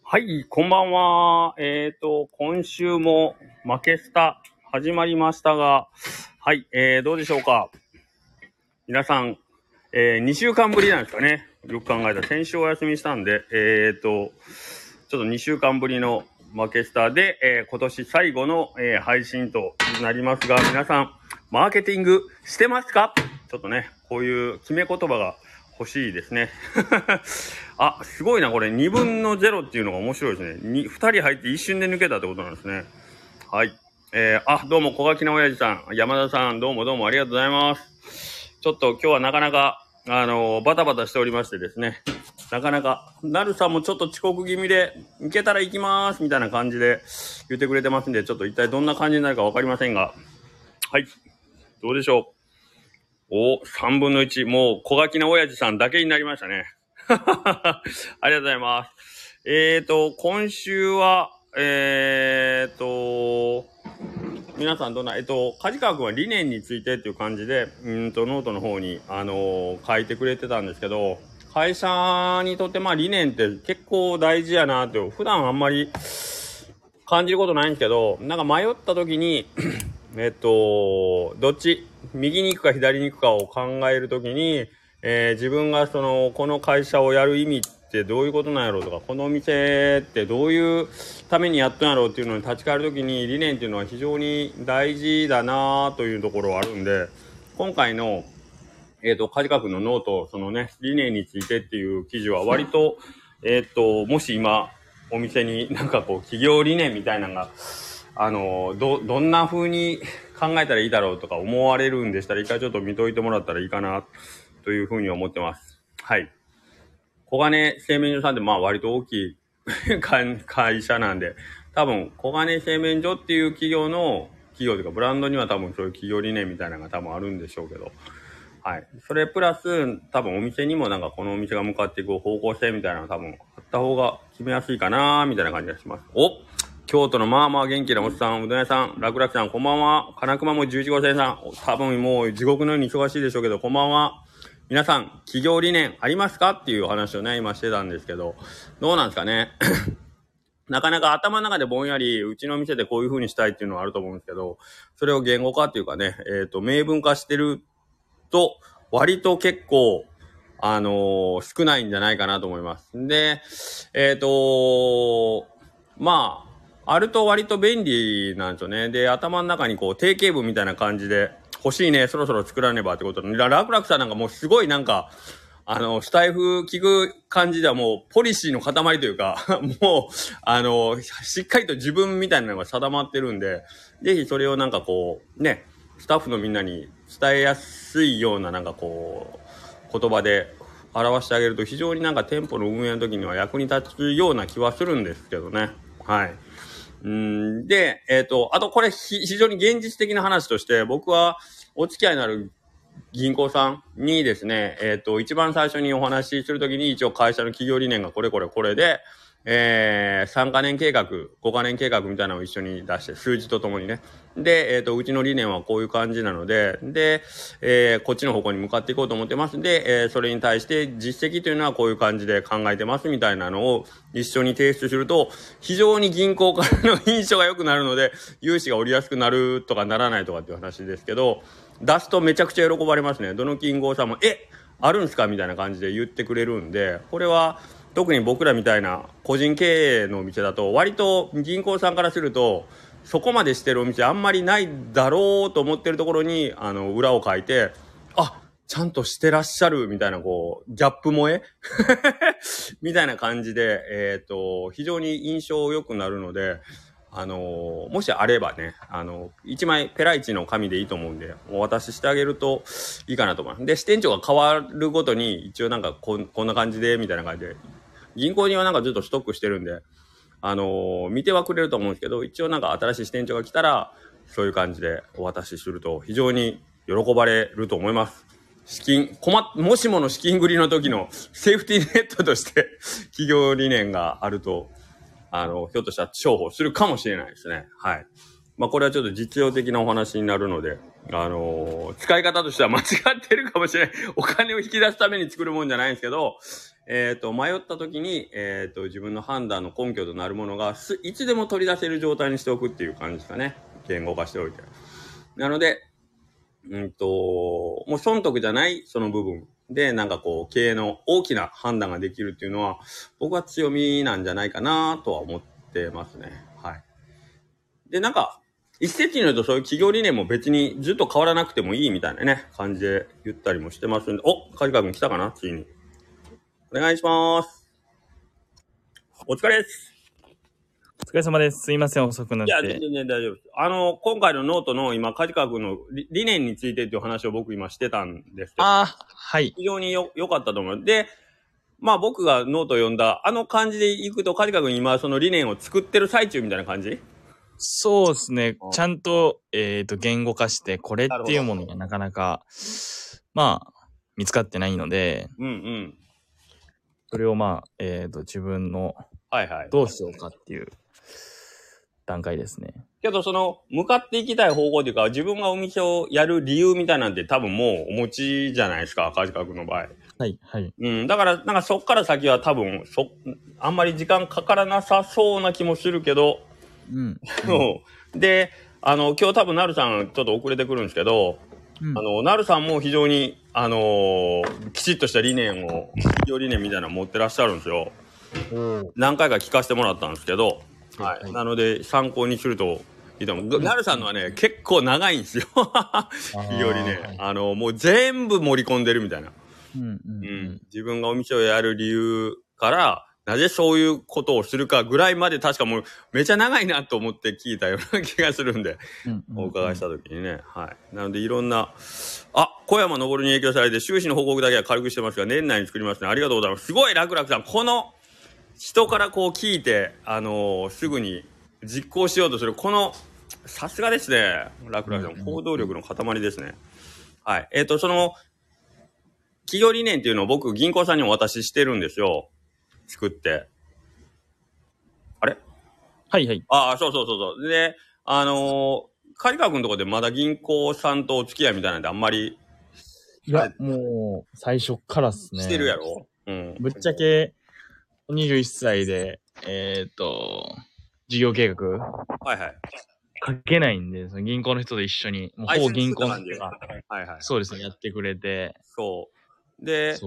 はい、こんばんは。今週も負けスタ始まりましたが、はい、どうでしょうか。皆さん、2週間ぶりなんですかね。よく考えたら先週お休みしたんで、ちょっと2週間ぶりの負けスタで、今年最後の、配信となりますが、皆さん、マーケティングしてますか？ちょっとね、こういう決め言葉が欲しいですね。あ、すごいな、これ。2分の0っていうのが面白いですね。2人入って一瞬で抜けたってことなんですね。はい。どうも、小垣の親父さん、山田さん、どうもありがとうございます。ちょっと今日はなかなか、バタバタしておりましてですね。なかなか、なるさんもちょっと遅刻気味で、行けたら行きます、みたいな感じで言ってくれてますんで、ちょっと一体どんな感じになるかわかりませんが。はい。どうでしょう。3分の1。もう小垣の親父さんだけになりましたね。ありがとうございます。今週は、皆さんどんな、梶川くんは理念についてっていう感じで、ノートの方に、書いてくれてたんですけど、会社にとって理念って結構大事やなって、普段あんまり感じることないんですけど、なんか迷った時に、どっち、右に行くか左に行くかを考える時に、自分がこの会社をやる意味ってどういうことなんやろうとか、このお店ってどういうためにやったんやろうっていうのに立ち返る時に理念っていうのは非常に大事だなというところはあるんで、今回の梶川君のノート、そのね、理念についてっていう記事は割と、もし今、お店になんかこう、企業理念みたいなのが、どんな風に考えたらいいだろうとか思われるんでしたら、一回ちょっと見といてもらったらいいかな、という風に思ってます。はい。小金製麺所さんって割と大きい会社なんで、多分小金製麺所っていう企業というかブランドには多分そういう企業理念みたいなのが多分あるんでしょうけど、はい。それプラス、多分お店にもなんかこのお店が向かっていく方向性みたいなのが多分あった方が決めやすいかなみたいな感じがします。京都の元気なおっさん、うどん屋さん、楽々さん、こんばんは。金熊も11号線さん、多分もう地獄のように忙しいでしょうけど、こんばんは。皆さん、企業理念ありますかっていうお話をね、今してたんですけど、どうなんですかね。なかなか頭の中でぼんやり、うちの店でこういう風にしたいっていうのはあると思うんですけど、それを言語化っていうかね、明文化してると、割と結構、少ないんじゃないかなと思います。で、あると割と便利なんですよね。で、頭の中にこう定型文みたいな感じで、欲しいね、そろそろ作らねばってことで、楽々さんなんかもうすごいなんか、スタイフ聞く感じではもうポリシーの塊というか、もう、しっかりと自分みたいなのが定まってるんで、ぜひそれをなんかこう、ね、スタッフのみんなに伝えやすいようななんかこう、言葉で表してあげると非常になんか店舗の運営の時には役に立つような気はするんですけどね。はい。で、あとこれ非常に現実的な話として、僕はお付き合いのある銀行さんにですね、一番最初にお話しするときに一応会社の企業理念がこれで、3カ年計画、5カ年計画みたいなのを一緒に出して、数字とともにね。で、うちの理念はこういう感じなので、で、こっちの方向に向かっていこうと思ってますんで、それに対して実績というのはこういう感じで考えてますみたいなのを一緒に提出すると、非常に銀行からの印象が良くなるので、融資が下りやすくなるとかならないとかっていう話ですけど、出すとめちゃくちゃ喜ばれますね。どの銀行さんも、あるんすかみたいな感じで言ってくれるんで、これは特に僕らみたいな個人経営のお店だと、割と銀行さんからすると、そこまでしてるお店あんまりないだろうと思ってるところに、裏を書いて、ちゃんとしてらっしゃるみたいな、こう、ギャップ萌えみたいな感じで、非常に印象良くなるので、もしあればね、1枚ペライチの紙でいいと思うんで、お渡ししてあげるといいかなと思います。で、支店長が変わるごとに、一応なんかこんな感じで、みたいな感じで、銀行にはなんかずっとストックしてるんで、見てはくれると思うんですけど、一応なんか新しい支店長が来たら、そういう感じでお渡しすると非常に喜ばれると思います。もしもの資金繰りの時のセーフティーネットとして企業理念があると、ひょっとしたら重宝するかもしれないですね。はい。これはちょっと実用的なお話になるので、使い方としては間違ってるかもしれない。お金を引き出すために作るもんじゃないんですけど、 迷った時に、自分の判断の根拠となるものがいつでも取り出せる状態にしておくっていう感じですかね。言語化しておいて。なので、もう損得じゃないその部分で、なんかこう、経営の大きな判断ができるっていうのは、僕は強みなんじゃないかなとは思ってますね。はい。で、なんか、一説によるとそういう企業理念も別にずっと変わらなくてもいいみたいなね、感じで言ったりもしてますんで、梶川君来たかなついに。お願いします。お疲れです。 お疲れ様です。すいません、遅くなって。 いや、全然大丈夫です。今回のノートの今、梶川君の理念についてっていう話を僕今してたんですけど。 はい。 非常に良かったと思う。で、まあ僕がノートを読んだ、感じでいくと、梶川君今その理念を作ってる最中みたいな感じ？ そうですね。ちゃんと、言語化して、これっていうものがなかなか、まあ、見つかってないので、それをまあ、自分の、どうしようかっていう段階ですね。 けど向かっていきたい方向というか、自分がお店をやる理由みたいなんて多分もうお持ちじゃないですか、梶川君の場合。 はい。 だからなんかそっから先は多分あんまり時間かからなさそうな気もするけど、で、今日多分なるさんちょっと遅れてくるんですけど、なるさんも非常にきちっとした理念を、企業理念みたいなの持ってらっしゃるんですよ。何回か聞かせてもらったんですけど、はい。なので参考にするといいと思う。なるさんのはね、結構長いんですよ。企業理念。もう全部盛り込んでるみたいな。自分がお店をやる理由から、なぜそういうことをするかぐらいまで確かもうめちゃ長いなと思って聞いたような気がするんで、お伺いした時にね。はい。なのでいろんな、小山昇に影響されて収支の報告だけは軽くしてますが、年内に作りますね。ありがとうございます。すごい楽々さん。この人からこう聞いて、すぐに実行しようとする、この、さすがですね。楽々さん。行動力の塊ですね。はい。その、企業理念っていうのを僕、銀行さんにお渡ししてるんですよ。作って。あれ？ はい。 そう。で、梶川君のとこでまだ銀行さんとお付き合いみたいなんであんまり。 いや、もう、最初からっすね。 してるやろ？ ぶっちゃけ、21歳で、事業計画書けないんで、その銀行の人と一緒に、もうほぼ銀行の人が、そうですね、やってくれて。 で、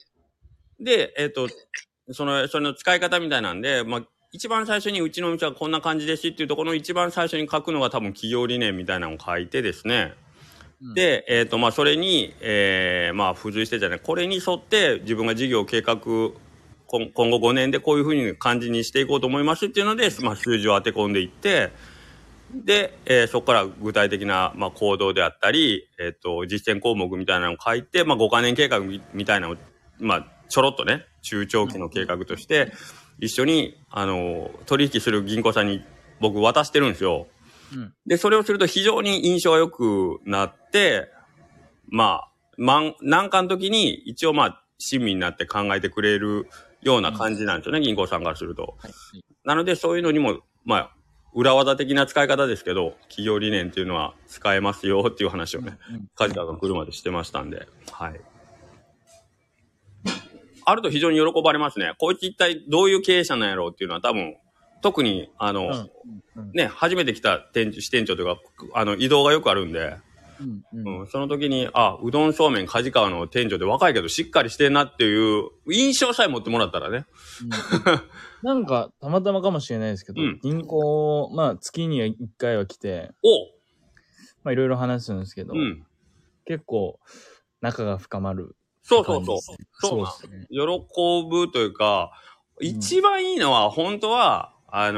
その使い方みたいなんで、一番最初にうちのお店はこんな感じですっていうところの一番最初に書くのが多分企業理念みたいなのを書いてですね。で、それに、付随してじゃない、これに沿って自分が事業計画、今後5年でこういうふうに感じにしていこうと思いますっていうので、数字を当て込んでいって、で、そこから具体的な、行動であったり、実践項目みたいなのを書いて、5カ年計画みたいなのを、ちょろっとね、中長期の計画として、一緒に、取引する銀行さんに僕渡してるんですよ。で、それをすると非常に印象が良くなって、なんかの時に一応親身になって考えてくれるような感じなんですよね、銀行さんからすると。なので、そういうのにも、裏技的な使い方ですけど、企業理念っていうのは使えますよっていう話をね、梶川が来るまでしてましたんで、はい。あると非常に喜ばれますね。こいつ一体どういう経営者なんやろうっていうのは多分、特に、初めて来た支店長というか、移動がよくあるんで、その時に、うどんそうめん梶川の店長で若いけどしっかりしてんなっていう印象さえ持ってもらったらね。 なんか、たまたまかもしれないですけど、銀行、月に1回は来て、いろいろ話すんですけど、結構、仲が深まる。 そうですね。喜ぶというか、一番いいのは、本当は、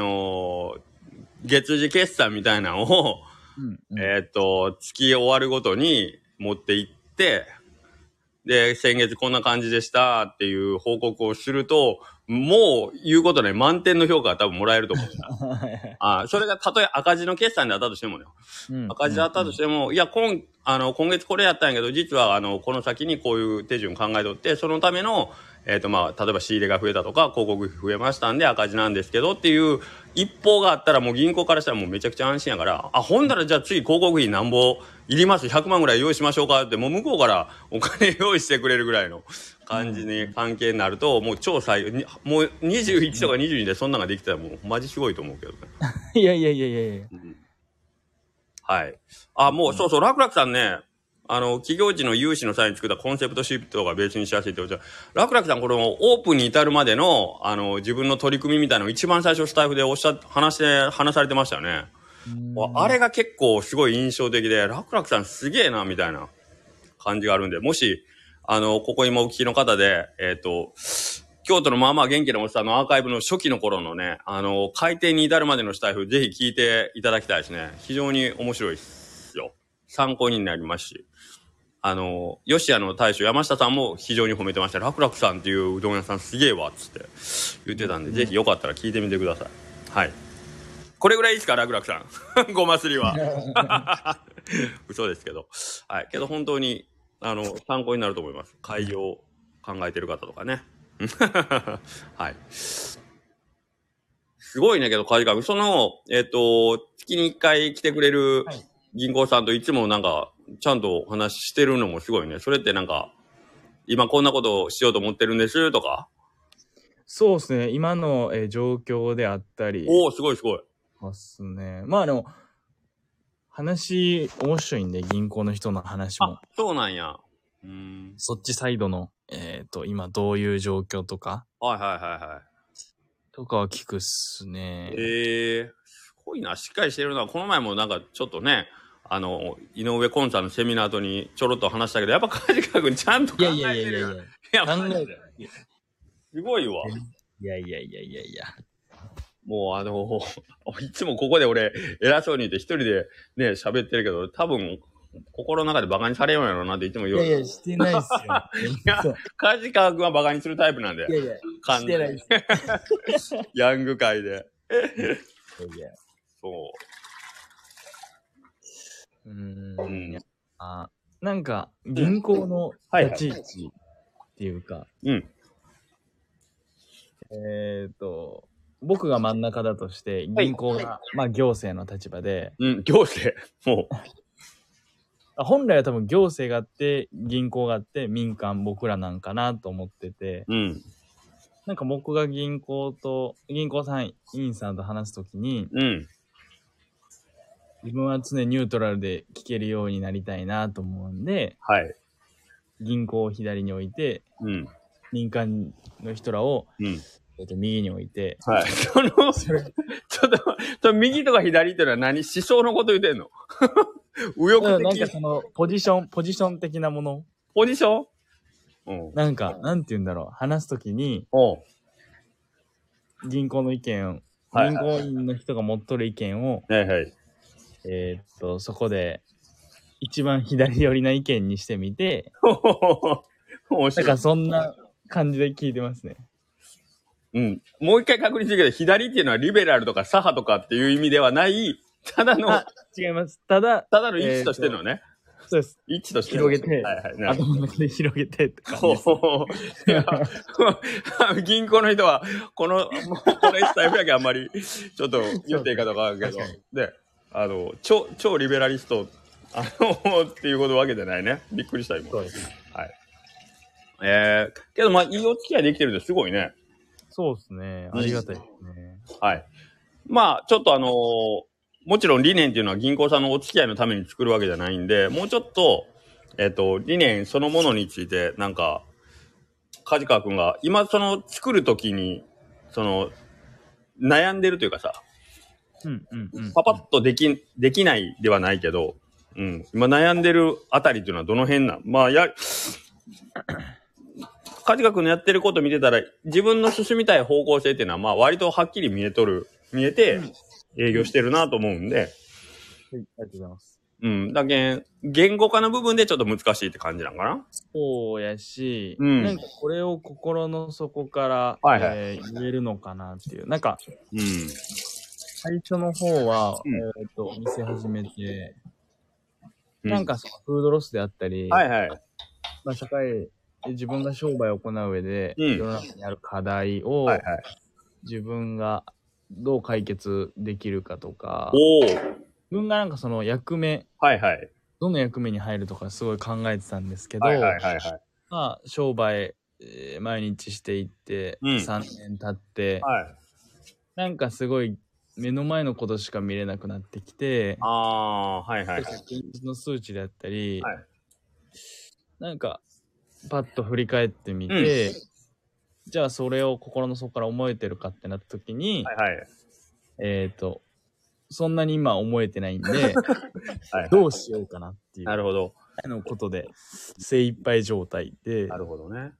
月次決算みたいなのを、月終わるごとに持って行って、で、先月こんな感じでしたっていう報告をすると、もう言うことない満点の評価が多分もらえると思う。それがたとえ赤字の決算であったとしてもね。赤字であったとしても、いや、今月これやったんやけど、実はこの先にこういう手順考えとって、そのための、 まあ、例えば仕入れが増えたとか、広告費増えましたんで赤字なんですけどっていう一報があったら、もう銀行からしたらもうめちゃくちゃ安心やから、ほんならじゃあ次広告費なんぼいります、100万ぐらい用意しましょうかって、もう向こうからお金用意してくれるぐらいの感じに関係になると、もう超採用、もう21とか22でそんなのができたらもうマジすごいと思うけどね。 いやいやいやいやいや。 はい。もうそうそう、楽々さんね、企業時の融資の際に作ったコンセプトシフトがベースにしやすいってことで、楽々さんこのオープンに至るまでの、自分の取り組みみたいなのを一番最初スタイフで話されてましたよね。あれが結構すごい印象的で、楽々さんすげえな、みたいな感じがあるんで、もし、ここ今お聞きの方で、京都のまあまあ元気なおっさんのアーカイブの初期の頃のね、開店に至るまでのスタイフ、ぜひ聞いていただきたいですね。非常に面白いですよ。参考になりますし。吉谷の大将山下さんも非常に褒めてました。楽々さんっていううどん屋さんすげえわっつって言ってたんで、ぜひよかったら聞いてみてください。はい。これぐらいいいですか、楽々さん。ごますりは。嘘ですけど。はい。けど本当に、参考になると思います。開業を考えてる方とかね。はい。すごいねけど、梶川君。月に1回来てくれる銀行さんといつもなんか、ちゃんとお話ししてるのもすごいね。それってなんか、今こんなことをしようと思ってるんですとか。 そうですね。今の、状況であったり。 すごいすごい。 ますね。まあ話面白いんで、銀行の人の話も。 そうなんや。 そっちサイドの、今どういう状況とか。 はいはいはいはい。 とかは聞くっすね。 すごいな。しっかりしてるな。この前もなんかちょっとね、井上コンさんのセミナーとにちょろっと話したけど、やっぱ梶川君ちゃんと考えてる。いや考えてる。すごいわ。 いやいやいやいやいや。 もういつもここで俺偉そうに言って一人でね喋ってるけど、多分心の中でバカにされようやろうなっていつも言う。 いやいや、してないっすよ。 いや、梶川君はバカにするタイプなんで。 いやいや、してないっす。ヤング界で。いや。 そう。 なんか、銀行の立ち位置っていうか、僕が真ん中だとして、銀行が、まあ行政の立場で。 行政もう。 本来は多分行政があって、銀行があって、民間僕らなんかなと思ってて、なんか僕が銀行さん、員さんと話すときに、自分は常にニュートラルで聞けるようになりたいなと思うんで、銀行を左に置いて、民間の人らを、右に置いて。 ちょっと、右とか左ってのは何？思想のこと言ってんの？右翼的。 なんかその、ポジション的なもの。 ポジション？なんか、なんて言うんだろう。話すときに、銀行の意見、銀行員の人が持っとる意見を、そこで、一番左寄りな意見にしてみて、なんかそんな感じで聞いてますね。 もう一回確認するけど、左っていうのはリベラルとか左派とかっていう意味ではない、ただの。 違います。ただの位置としてのね。 そうです。 位置として広げて、頭の中で広げてって感じです。 銀行の人は、これスタイルだけあんまり、ちょっと言っていいかとかあるけど、で、超リベラリスト、っていうことわけじゃないね。びっくりした今。 そうです。 はい。けどまあ、いいお付き合いできてるってすごいね。 そうですね。ありがたいですね。 はい。まあ、ちょっともちろん理念っていうのは銀行さんのお付き合いのために作るわけじゃないんで、もうちょっと、理念そのものについて、なんか、梶川くんが、今作るときに、悩んでるというかさ、パパッとできないではないけど、今悩んでるあたりっていうのはどの辺まあ、梶川くんのやってること見てたら、自分の進みたい方向性っていうのは、まあ、割とはっきり見えて、営業してるなと思うんで。はい、 ありがとうございます。 だけん、言語化の部分でちょっと難しいって感じなんかな？ そうやし、なんかこれを心の底から、言えるのかなっていう。なんか、最初の方は、お店始めて、なんかフードロスであったり、まあ社会自分が商売を行う上で、世の中にある課題を、自分がどう解決できるかとか、自分がなんかその役目、どの役目に入るとかすごい考えてたんですけど、まあ商売、毎日していって、3年経って、なんかすごい目の前のことしか見れなくなってきて、現実の数値であったり、なんかパッと振り返ってみて、じゃあそれを心の底から思えてるかってなった時に、そんなに今思えてないんで、どうしようかなっていう。 なるほど。 のことで精一杯状態で。 なるほどね。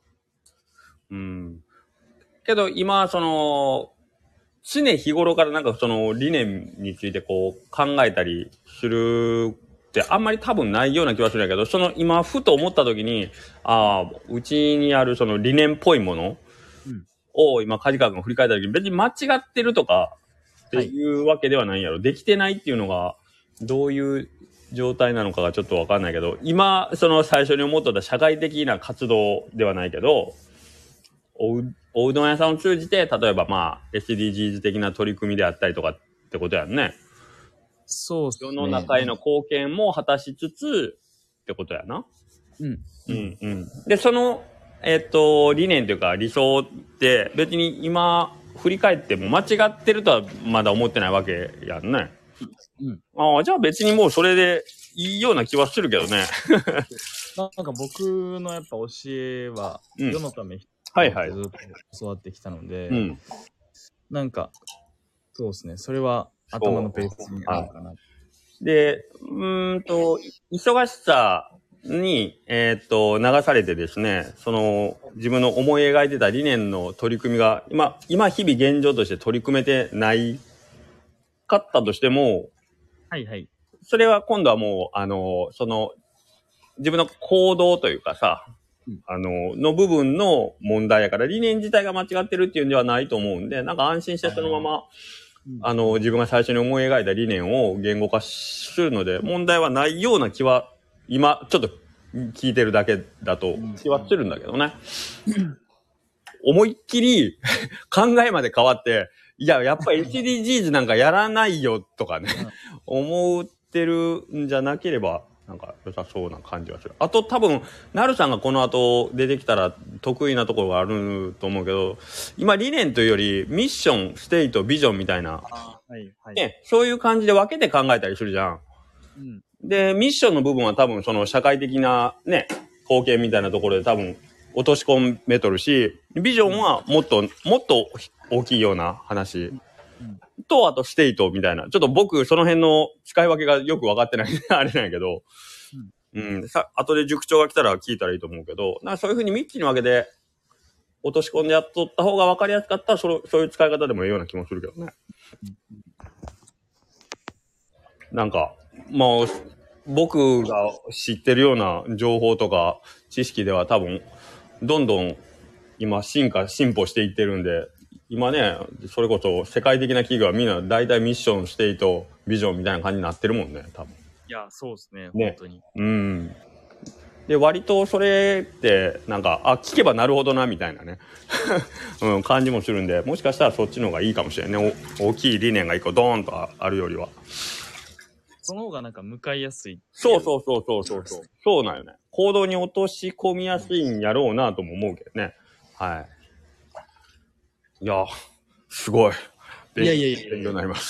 けど今その常日頃からなんかその理念についてこう考えたりするってあんまり多分ないような気はするんだけど、その今ふと思った時に、うちにあるその理念っぽいものを今梶川君が振り返った時に別に間違ってるとかっていうわけではないんやろ。できてないっていうのがどういう状態なのかがちょっとわかんないけど、今その最初に思ってた社会的な活動ではないけど、おうどん屋さんを通じて例えばまあ SDGs 的な取り組みであったりとかってことやんね。 そうですね。 世の中への貢献も果たしつつってことやな。でその理念というか理想って別に今振り返っても間違ってるとはまだ思ってないわけやんね。じゃあ別にもうそれでいいような気はするけどね。 なんか僕のやっぱ教えは世のためずっと教わってきたので、なんかそうですね、それは頭のペースにあるかな。 で、忙しさに流されてですね、その自分の思い描いてた理念の取り組みが今日々現状として取り組めてないかったとしても、それは今度はもうその自分の行動というかさ、の部分の問題やから理念自体が間違ってるっていうんではないと思うんで、なんか安心してそのまま自分が最初に思い描いた理念を言語化するので問題はないような気は今ちょっと聞いてるだけだと気はするんだけどね。思いっきり考えまで変わって、やっぱり SDGs なんかやらないよとかね、思ってるんじゃなければなんか良さそうな感じはする。あと多分なるさんがこの後出てきたら得意なところがあると思うけど、今理念というよりミッション、ステート、ビジョンみたいな、そういう感じで分けて考えたりするじゃん。でミッションの部分は多分その社会的なね貢献みたいなところで多分落とし込めとるし、ビジョンはもっと大きいような話。とあとステートみたいな、ちょっと僕その辺の使い分けがよく分かってないあれなんやけど、後で塾長が来たら聞いたらいいと思うけど、なんかそういう風に3つに分けて落とし込んでやっとった方が分かりやすかったらそういう使い方でもいいような気もするけどね。なんかもう僕が知ってるような情報とか知識では多分どんどん今進歩していってるんで、今ね、それこそ世界的な企業はみんな大体ミッション、ステート、ビジョンみたいな感じになってるもんね、多分。 いや、そうですね、本当に。 で、割とそれってなんか聞けばなるほどなみたいなね、感じもするんで、もしかしたらそっちの方がいいかもしれないね。大きい理念が一個ドーンとあるよりは。 その方がなんか向かいやすい。 そうなんよね。行動に落とし込みやすいんやろうなとも思うけどね。いや、すごい。勉強になります。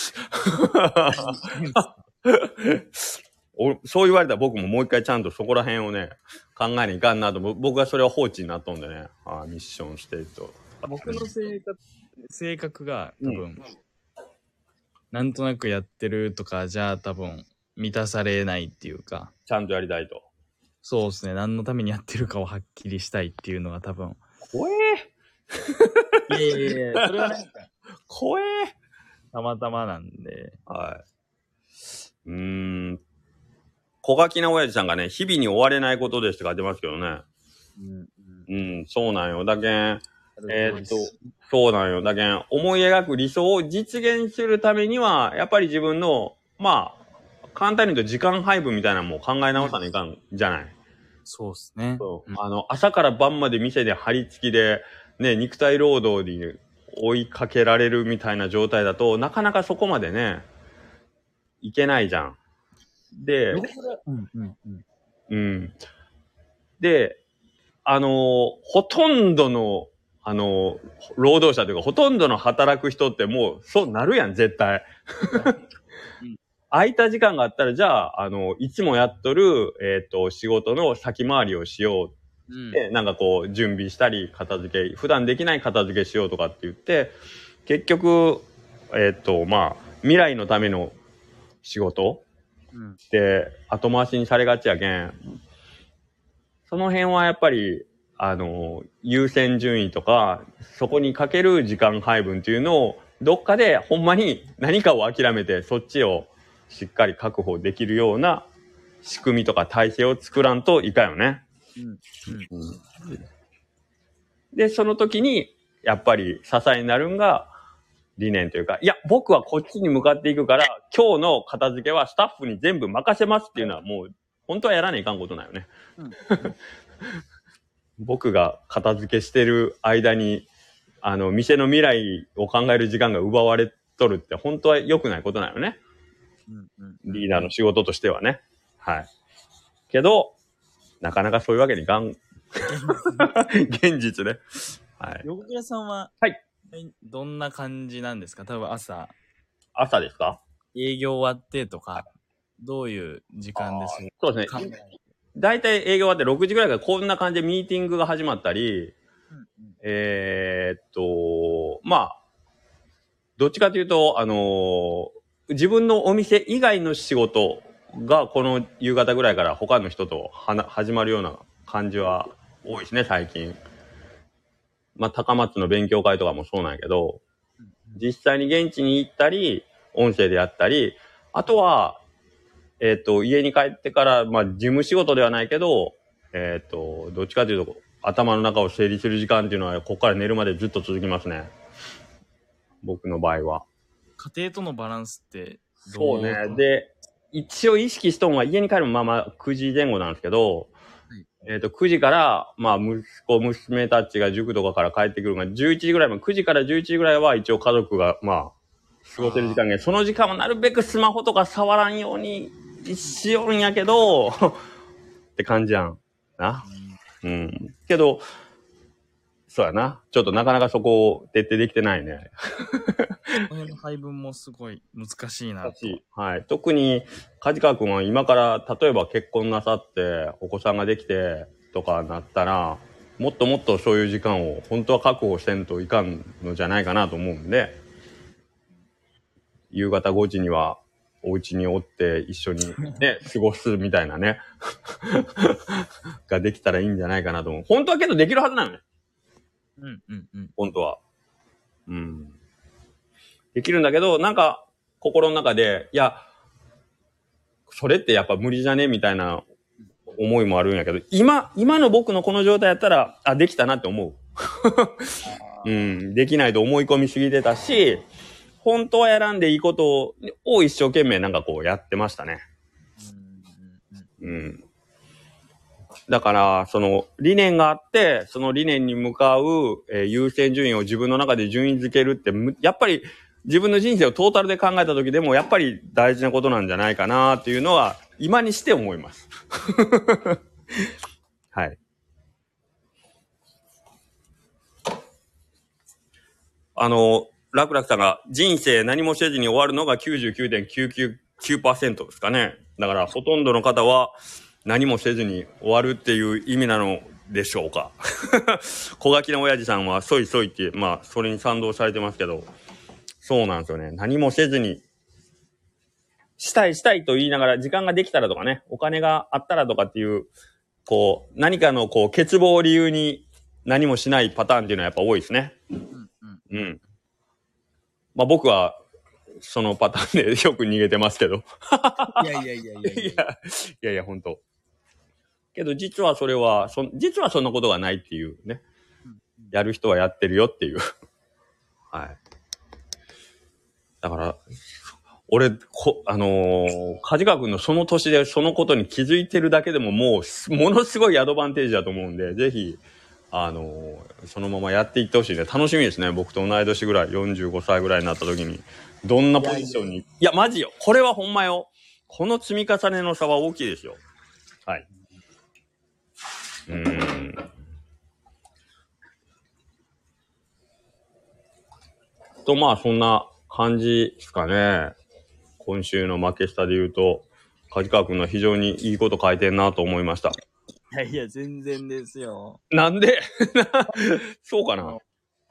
そう言われたら僕ももう一回ちゃんとそこら辺をね、考えにいかんなと。僕はそれは放置になっとんでね。ミッションしてると。 僕の性格が多分、なんとなくやってるとかじゃ多分満たされないっていうか。 ちゃんとやりたいと。 そうですね。何のためにやってるかをはっきりしたいっていうのが多分。 怖えいや、それはなんか。 怖えたまたまなんで。 小垣な親父さんがね、日々に追われないことですって書いてますけどね。そうなんよ。だけん、そうなんよ。だけん、思い描く理想を実現するためには、やっぱり自分の、簡単に言うと時間配分みたいなのも考え直さないかんじゃない。 そうですね。 そう。朝から晩まで店で張り付きで、ね、肉体労働に追いかけられるみたいな状態だと、なかなかそこまでね、いけないじゃん。で、うん。で、ほとんどの、労働者というか、ほとんどの働く人ってもう、そうなるやん、絶対。空いた時間があったら、じゃあ、いつもやっとる、仕事の先回りをしよう。で、なんかこう、準備したり、片付け、普段できない片付けしようとかって言って、結局、まあ、未来のための仕事で、後回しにされがちやけん、その辺はやっぱり、優先順位とか、そこにかける時間配分っていうのを、どっかでほんまに何かを諦めて、そっちをしっかり確保できるような仕組みとか体制を作らんといかんよね。で、その時に、やっぱり支えになるんが、理念というか、いや、僕はこっちに向かっていくから、今日の片付けはスタッフに全部任せますっていうのはもう、本当はやらないかんことなんよね。僕が片付けしてる間に、店の未来を考える時間が奪われとるって本当は良くないことなんよね。リーダーの仕事としてはね。はい。けど、なかなかそういうわけにいかん。現実ね。はい。 横倉さんは、 はい。 どんな感じなんですか？例えば朝ですか？ 営業終わってとか、どういう時間ですか？ そうですね。だいたい営業終わって6時ぐらいからこんな感じでミーティングが始まったり、まあ、どっちかというと、自分のお店以外の仕事がこの夕方ぐらいから他の人と始まるような感じは多いですね、最近。まあ、高松の勉強会とかもそうなんやけど、実際に現地に行ったり、音声でやったり、あとは、家に帰ってから、まあ、事務仕事ではないけど、どっちかというと、頭の中を整理する時間っていうのは、ここから寝るまでずっと続きますね。僕の場合は。 家庭とのバランスってどう？そうね。で、一応意識しとんは家に帰るのまあ9時前後なんですけど、9時から、まあ、息子、娘たちが塾とかから帰ってくるのが11時ぐらいまで、9時から11時ぐらいは一応家族が、まあ、過ごせる時間で、その時間はなるべくスマホとか触らんようにしようんやけど、って感じやん。な。けど、そうやな。ちょっとなかなかそこを徹底できてないね。 この辺の配分もすごい難しいなと。 はい。特に、梶川くんは今から、例えば結婚なさって、お子さんができて、とかなったら、もっともっとそういう時間を本当は確保せんといかんのじゃないかなと思うんで、夕方5時にはお家におって一緒にね、過ごすみたいなね、ができたらいいんじゃないかなと思う。本当はけどできるはずなのね。本当は。できるんだけど、なんか、心の中で、いや、それってやっぱ無理じゃねみたいな思いもあるんやけど、今の僕のこの状態やったら、できたなって思う。できないと思い込みすぎてたし、本当はやらんでいいことを一生懸命なんかこうやってましたね。だから、その理念があって、その理念に向かう、優先順位を自分の中で順位づけるって、やっぱり自分の人生をトータルで考えた時でも、やっぱり大事なことなんじゃないかなっていうのは、今にして思います。はい。楽々さんが人生何もせずに終わるのが 99.999% ですかね。だからほとんどの方は何もせずに終わるっていう意味なのでしょうか。小垣の親父さんはソイソイって、まあそれに賛同されてますけど、そうなんですよね。何もせずにしたいと言いながら時間ができたらとかね、お金があったらとかっていう、こう何かのこう欠乏を理由に何もしないパターンっていうのはやっぱ多いですね。まあ僕はそのパターンでよく逃げてますけど。 いや、本当。けど実はそれは、実はそんなことがないっていうね。やる人はやってるよっていう。はい。だから、 俺、梶川くんのその年でそのことに気づいてるだけでももう、ものすごいアドバンテージだと思うんで、ぜひ、そのままやっていってほしいね。楽しみですね。僕と同い年ぐらい、45歳ぐらいになった時に、どんなポジションに。いや、マジよ。これはほんまよ。この積み重ねの差は大きいですよ。はい。まあ、そんな感じですかね。今週の負け下で言うと、梶川くんの非常にいいこと書いてんなと思いました。 いやいや、全然ですよ。 なんでそうかな。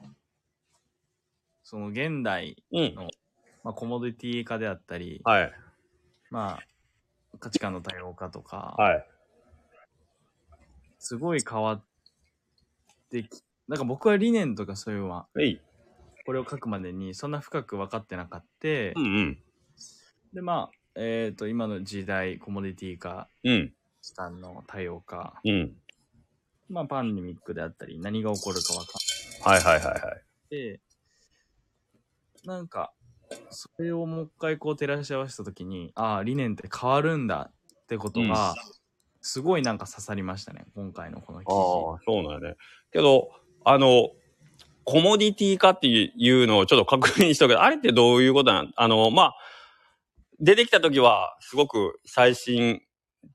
その現代の、まあ、コモディティ化であったり、 はい。 まあ、価値観の多様化とか、 はい。 すごい変わってなんか僕は理念とかそういうのは、これを書くまでにそんな深く分かってなかった。で、まあ、今の時代、コモディティ化、資産の多様化、まあ、パンデミックであったり、何が起こるか分かんない。はい。で、なんか、それをもう一回こう照らし合わせたときに、ああ、理念って変わるんだってことが、すごいなんか刺さりましたね、今回のこの記事。 ああ、そうなんやね。けど、コモディティ化っていうのをちょっと確認したけど、あれってどういうことなんまあ、出てきた時は、すごく最先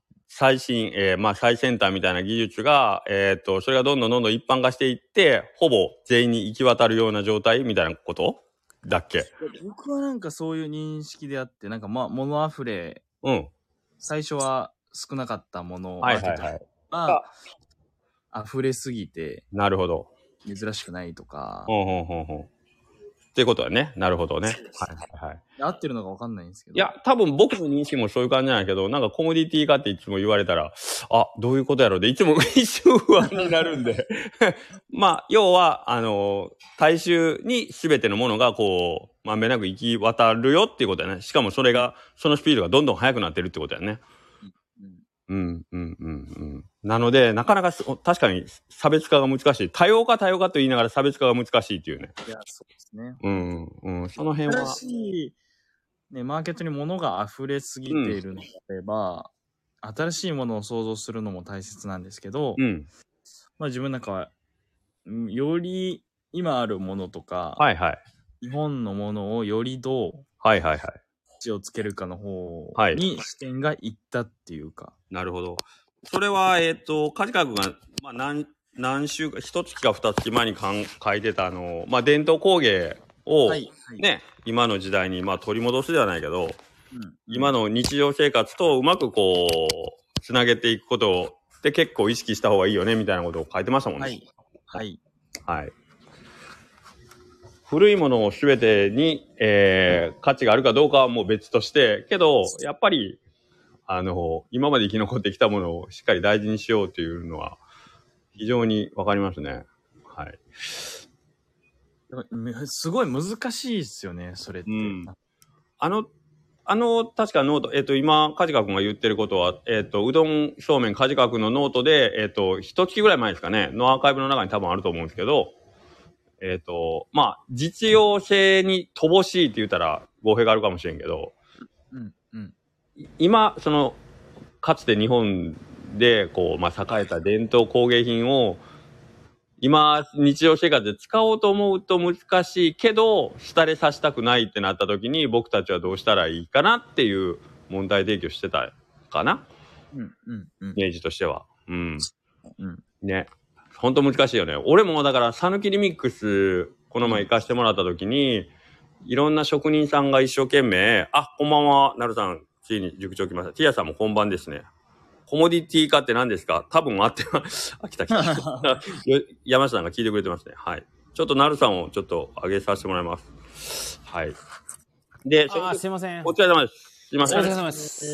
端みたいな技術が、それがどんどん一般化していって、ほぼ全員に行き渡るような状態みたいなことだっけ？ 僕はなんかそういう認識であって、なんかまあ、物あふれ、最初は少なかったものが、溢れすぎて、 なるほど。 珍しくないとか。 っていうことはね。なるほどね。はい。 合ってるのか分かんないんですけど。 いや、多分僕の認識もそういう感じなんやけど、なんかコモディティ化っていつも言われたら、あ、どういうことやろうで、いつも一瞬不安になるんで。まあ、要は、大衆に全てのものがこう、まんべんなく行き渡るよっていうことやね。しかもそれが、そのスピードがどんどん速くなってるってことやね。なので、なかなか確かに差別化が難しい。多様化と言いながら差別化が難しいっていうね。 いや、そうですね。 その辺は。 新しい、ね、マーケットに物が溢れすぎているのであれば、新しいものを創造するのも大切なんですけど、まあ自分なんかは、より今あるものとか、日本のものをよりどう、値をつけるかの方に視点がいったっていうか。 なるほど。それは、梶川君が、まあ、何週か、一月か二月前に書いてたまあ、伝統工芸を、ね、今の時代に、まあ、取り戻すではないけど、今の日常生活とうまくこう、つなげていくことって結構意識した方がいいよね、みたいなことを書いてましたもんね。古いものを全てに、価値があるかどうかはもう別として、けど、やっぱり、今まで生き残ってきたものをしっかり大事にしようというのは、非常にわかりますね。はい。 すごい難しいですよね、それって。 確かノート、今、梶川くんが言ってることは、うどんそうめん梶川くんのノートで、一月ぐらい前ですかね、のアーカイブの中に多分あると思うんですけど、まあ、実用性に乏しいって言ったら語弊があるかもしれんけど、今、かつて日本で、こう、まあ、栄えた伝統工芸品を、今、日常生活で使おうと思うと難しいけど、廃れさせたくないってなった時に、僕たちはどうしたらいいかなっていう問題提起をしてたかな。イメージとしては。ね。ほんと難しいよね。俺もだから、讃岐リミックス、この前行かしてもらった時に、いろんな職人さんが一生懸命、あ、こんばんは、なるさん、ついに塾長来ました。ティアさんもこんばんですね。コモディティ化って何ですか？多分あって来た。山下さんが聞いてくれてますね。はい。ちょっとなるさんをちょっと上げさせてもらいます。はい。で、 すいません。 お疲れ様です。すいません。 お疲れ様です。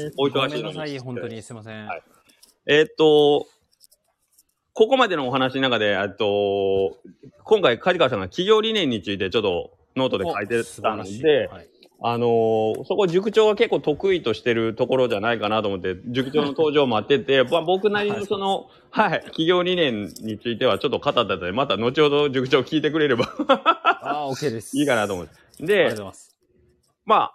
お忙しいのに。 ごめんなさい、本当にすいません。はい。 ここまでのお話の中で、今回梶川さんが企業理念についてちょっとノートで書いてたんで、そこ塾長が結構得意としてるところじゃないかなと思って、塾長の登場を待ってて、まあ、僕なりの企業理念についてはちょっと語ったので、また後ほど塾長聞いてくれれば OK です。 いいかなと思って。で、 ありがとうございます。 まあ、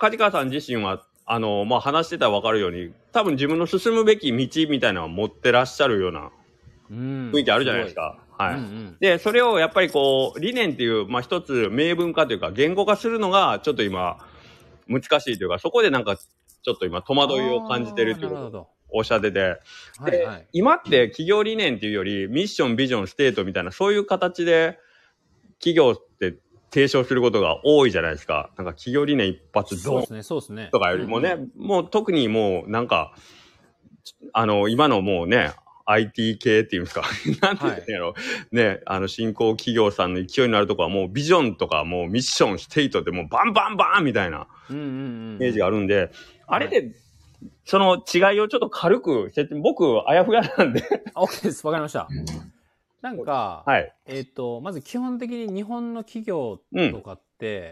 梶川さん自身は、まあ、話してたら分かるように、多分自分の進むべき道みたいなのを持ってらっしゃるような雰囲気あるじゃないですか。はい、うんうん。で、それをやっぱりこう、理念っていう、まあ、一つ明文化というか、言語化するのが、ちょっと今、難しいというか、そこでなんか、ちょっと今、戸惑いを感じてるっていうことをおっしゃってて。で、はいはい、今って企業理念っていうより、ミッション、ビジョン、ステートみたいな、そういう形で、企業って提唱することが多いじゃないですか。なんか企業理念一発ドンとかよりもね、もう特にもうなんか、今のもうね、IT 系っていうんですかなんていうんやろ、はい、ね、新興企業さんの勢いのあるとこはもうビジョンとかもうミッション、ステートってもうバンバンバンみたいなイメージがあるんで、あれで、その違いをちょっと軽く僕、あやふやなんで OK です。わかりました。なんか、はい、まず基本的に日本の企業とかって、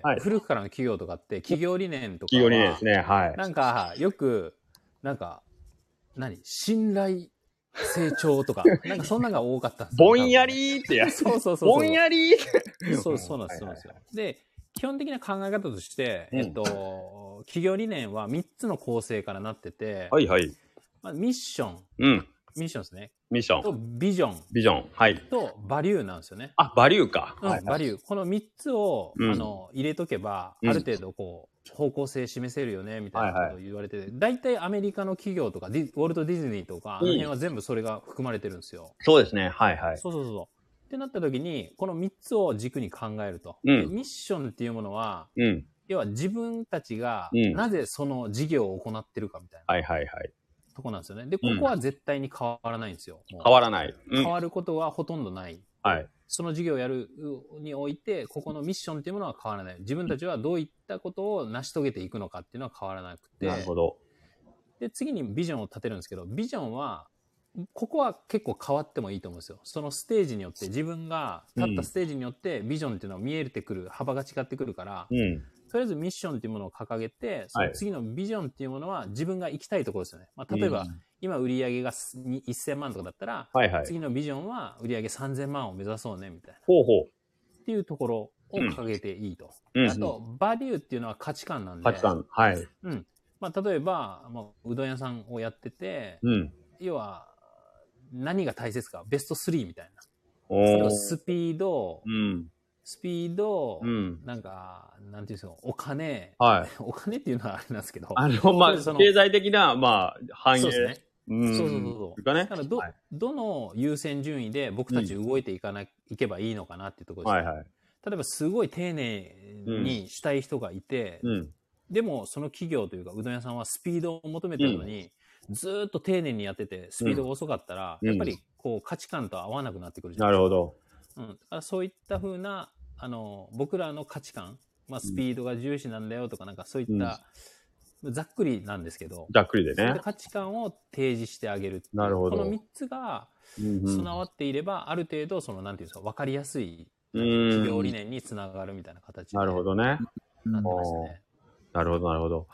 はい、古くからの企業とかって、企業理念とかは、 企業理念ですね。はい。 なんか、よく、なんか、信頼成長とか、なんかそんなのが多かったんですよ。ぼんやりーってやつ。 そう。 ぼんやりーそうなんですよ。で、基本的な考え方として、企業理念は3つの構成からなってて、 はいはい。 まあ、ミッション。ミッションですね。 ミッション。 と、ビジョン。 ビジョン。はい。 と、バリューなんですよね。 あ、バリューか。 はい。バリュー。この3つを、入れとけば、ある程度こう、方向性示せるよね、みたいなことを言われてて、大体アメリカの企業とか、ウォルト・ディズニーとか、あの辺は全部それが含まれてるんですよ。 そうですね。はいはい。 そう。ってなった時に、この3つを軸に考えると。ミッションっていうものは、要は自分たちがなぜその事業を行ってるかみたいな。 はい。 とこなんですよね。で、ここは絶対に変わらないんですよ。 変わらない。 変わることはほとんどない。 はい。 その事業をやるにおいて、ここのミッションっていうものは変わらない。自分たちはどういったことを成し遂げていくのかっていうのは変わらなくて。 なるほど。 で、次にビジョンを立てるんですけど、ビジョンは、ここは結構変わってもいいと思うんですよ。そのステージによって、自分が立ったステージによって、ビジョンっていうのは見えてくる幅が違ってくるから、とりあえずミッションっていうものを掲げて、その次のビジョンっていうものは自分が行きたいところですよね。まあ、例えば、今売上が1000万とかだったら、次のビジョンは売上3000万を目指そうね、みたいな。っていうところを掲げていいと。あと、バリューっていうのは価値観なんで。 価値観。はい。 まあ、例えば、うどん屋さんをやってて、要は、何が大切か、ベスト3みたいな。スピード、なんか、なんていうんですか、お金、お金っていうのはあれなんですけど。 まあ、経済的な、まあ、反映。 そうですね。そう。だからどの優先順位で僕たち動いていけばいいのかなっていうところですね。例えば、すごい丁寧にしたい人がいて、でも、その企業というか、うどん屋さんはスピードを求めてるのに、ずっと丁寧にやってて、スピードが遅かったら、やっぱり、こう、価値観と合わなくなってくるじゃないですか。 なるほど。 だからそういった風な、僕らの価値観、まあ、スピードが重視なんだよとか、なんかそういった、ざっくりなんですけど、 ざっくりでね。 そういった価値観を提示してあげるっていう。 なるほど。 この3つが備わっていれば、ある程度、なんていうんですか、わかりやすい企業理念につながるみたいな形で。 なるほどね。 なってましたね。 なるほど。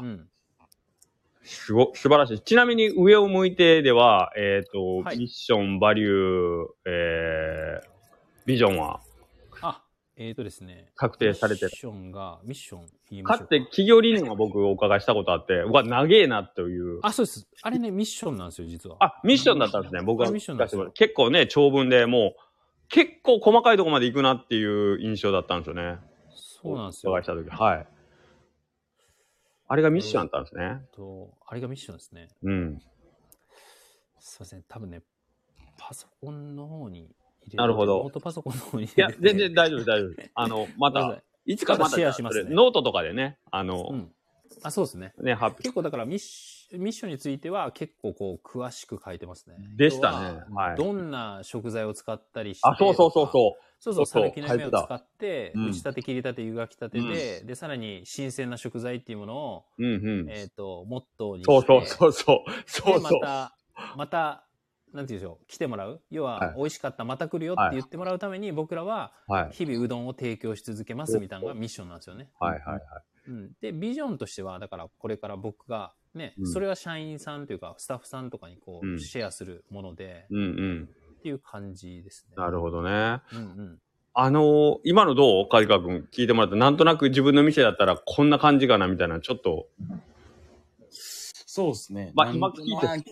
素晴らしい。ちなみに、上を向いてでは、ミッション、バリュー、ビジョンはですね。 確定されてる。 ミッション言いましょうかつて企業理念は僕お伺いしたことあって、長えなという。 そうです。あれね、ミッションなんですよ、実は。 ミッションだったんですね。僕は。 ミッションなんですよ。 結構ね、長文でもう、結構細かいところまで行くなっていう印象だったんですよね。 そうなんですよ。 お伺いしたとき。はい。あれがミッションだったんですね。 あれがミッションですね。すいません。多分ね、パソコンの方に入れて、 なるほど。 ノートパソコンの方に入れて。いや、全然大丈夫。また、いつかまたシェアしますね。 ノートとかでね、 そうですね。結構だからミッションについては結構こう詳しく書いてますね。 でしたね。はい。 どんな食材を使ったりして。 そう。 さぬきの芽を使って、打ち立て、切り立て、湯がき立てで、で、さらに新鮮な食材っていうものを、モットーにして。 そう。 また、なんていうんでしょう、来てもらう。要は、美味しかった、また来るよって言ってもらうために、僕らは、日々うどんを提供し続けますみたいなのがミッションなんですよね。で、ビジョンとしては、だからこれから僕が、ね、それは社員さんというか、スタッフさんとかにこう、シェアするもので、っていう感じですね。 なるほどね。 今のどうカジカ君聞いてもらって、なんとなく自分の店だったらこんな感じかなみたいな、ちょっと。 そうですね。 まあ、今聞いて、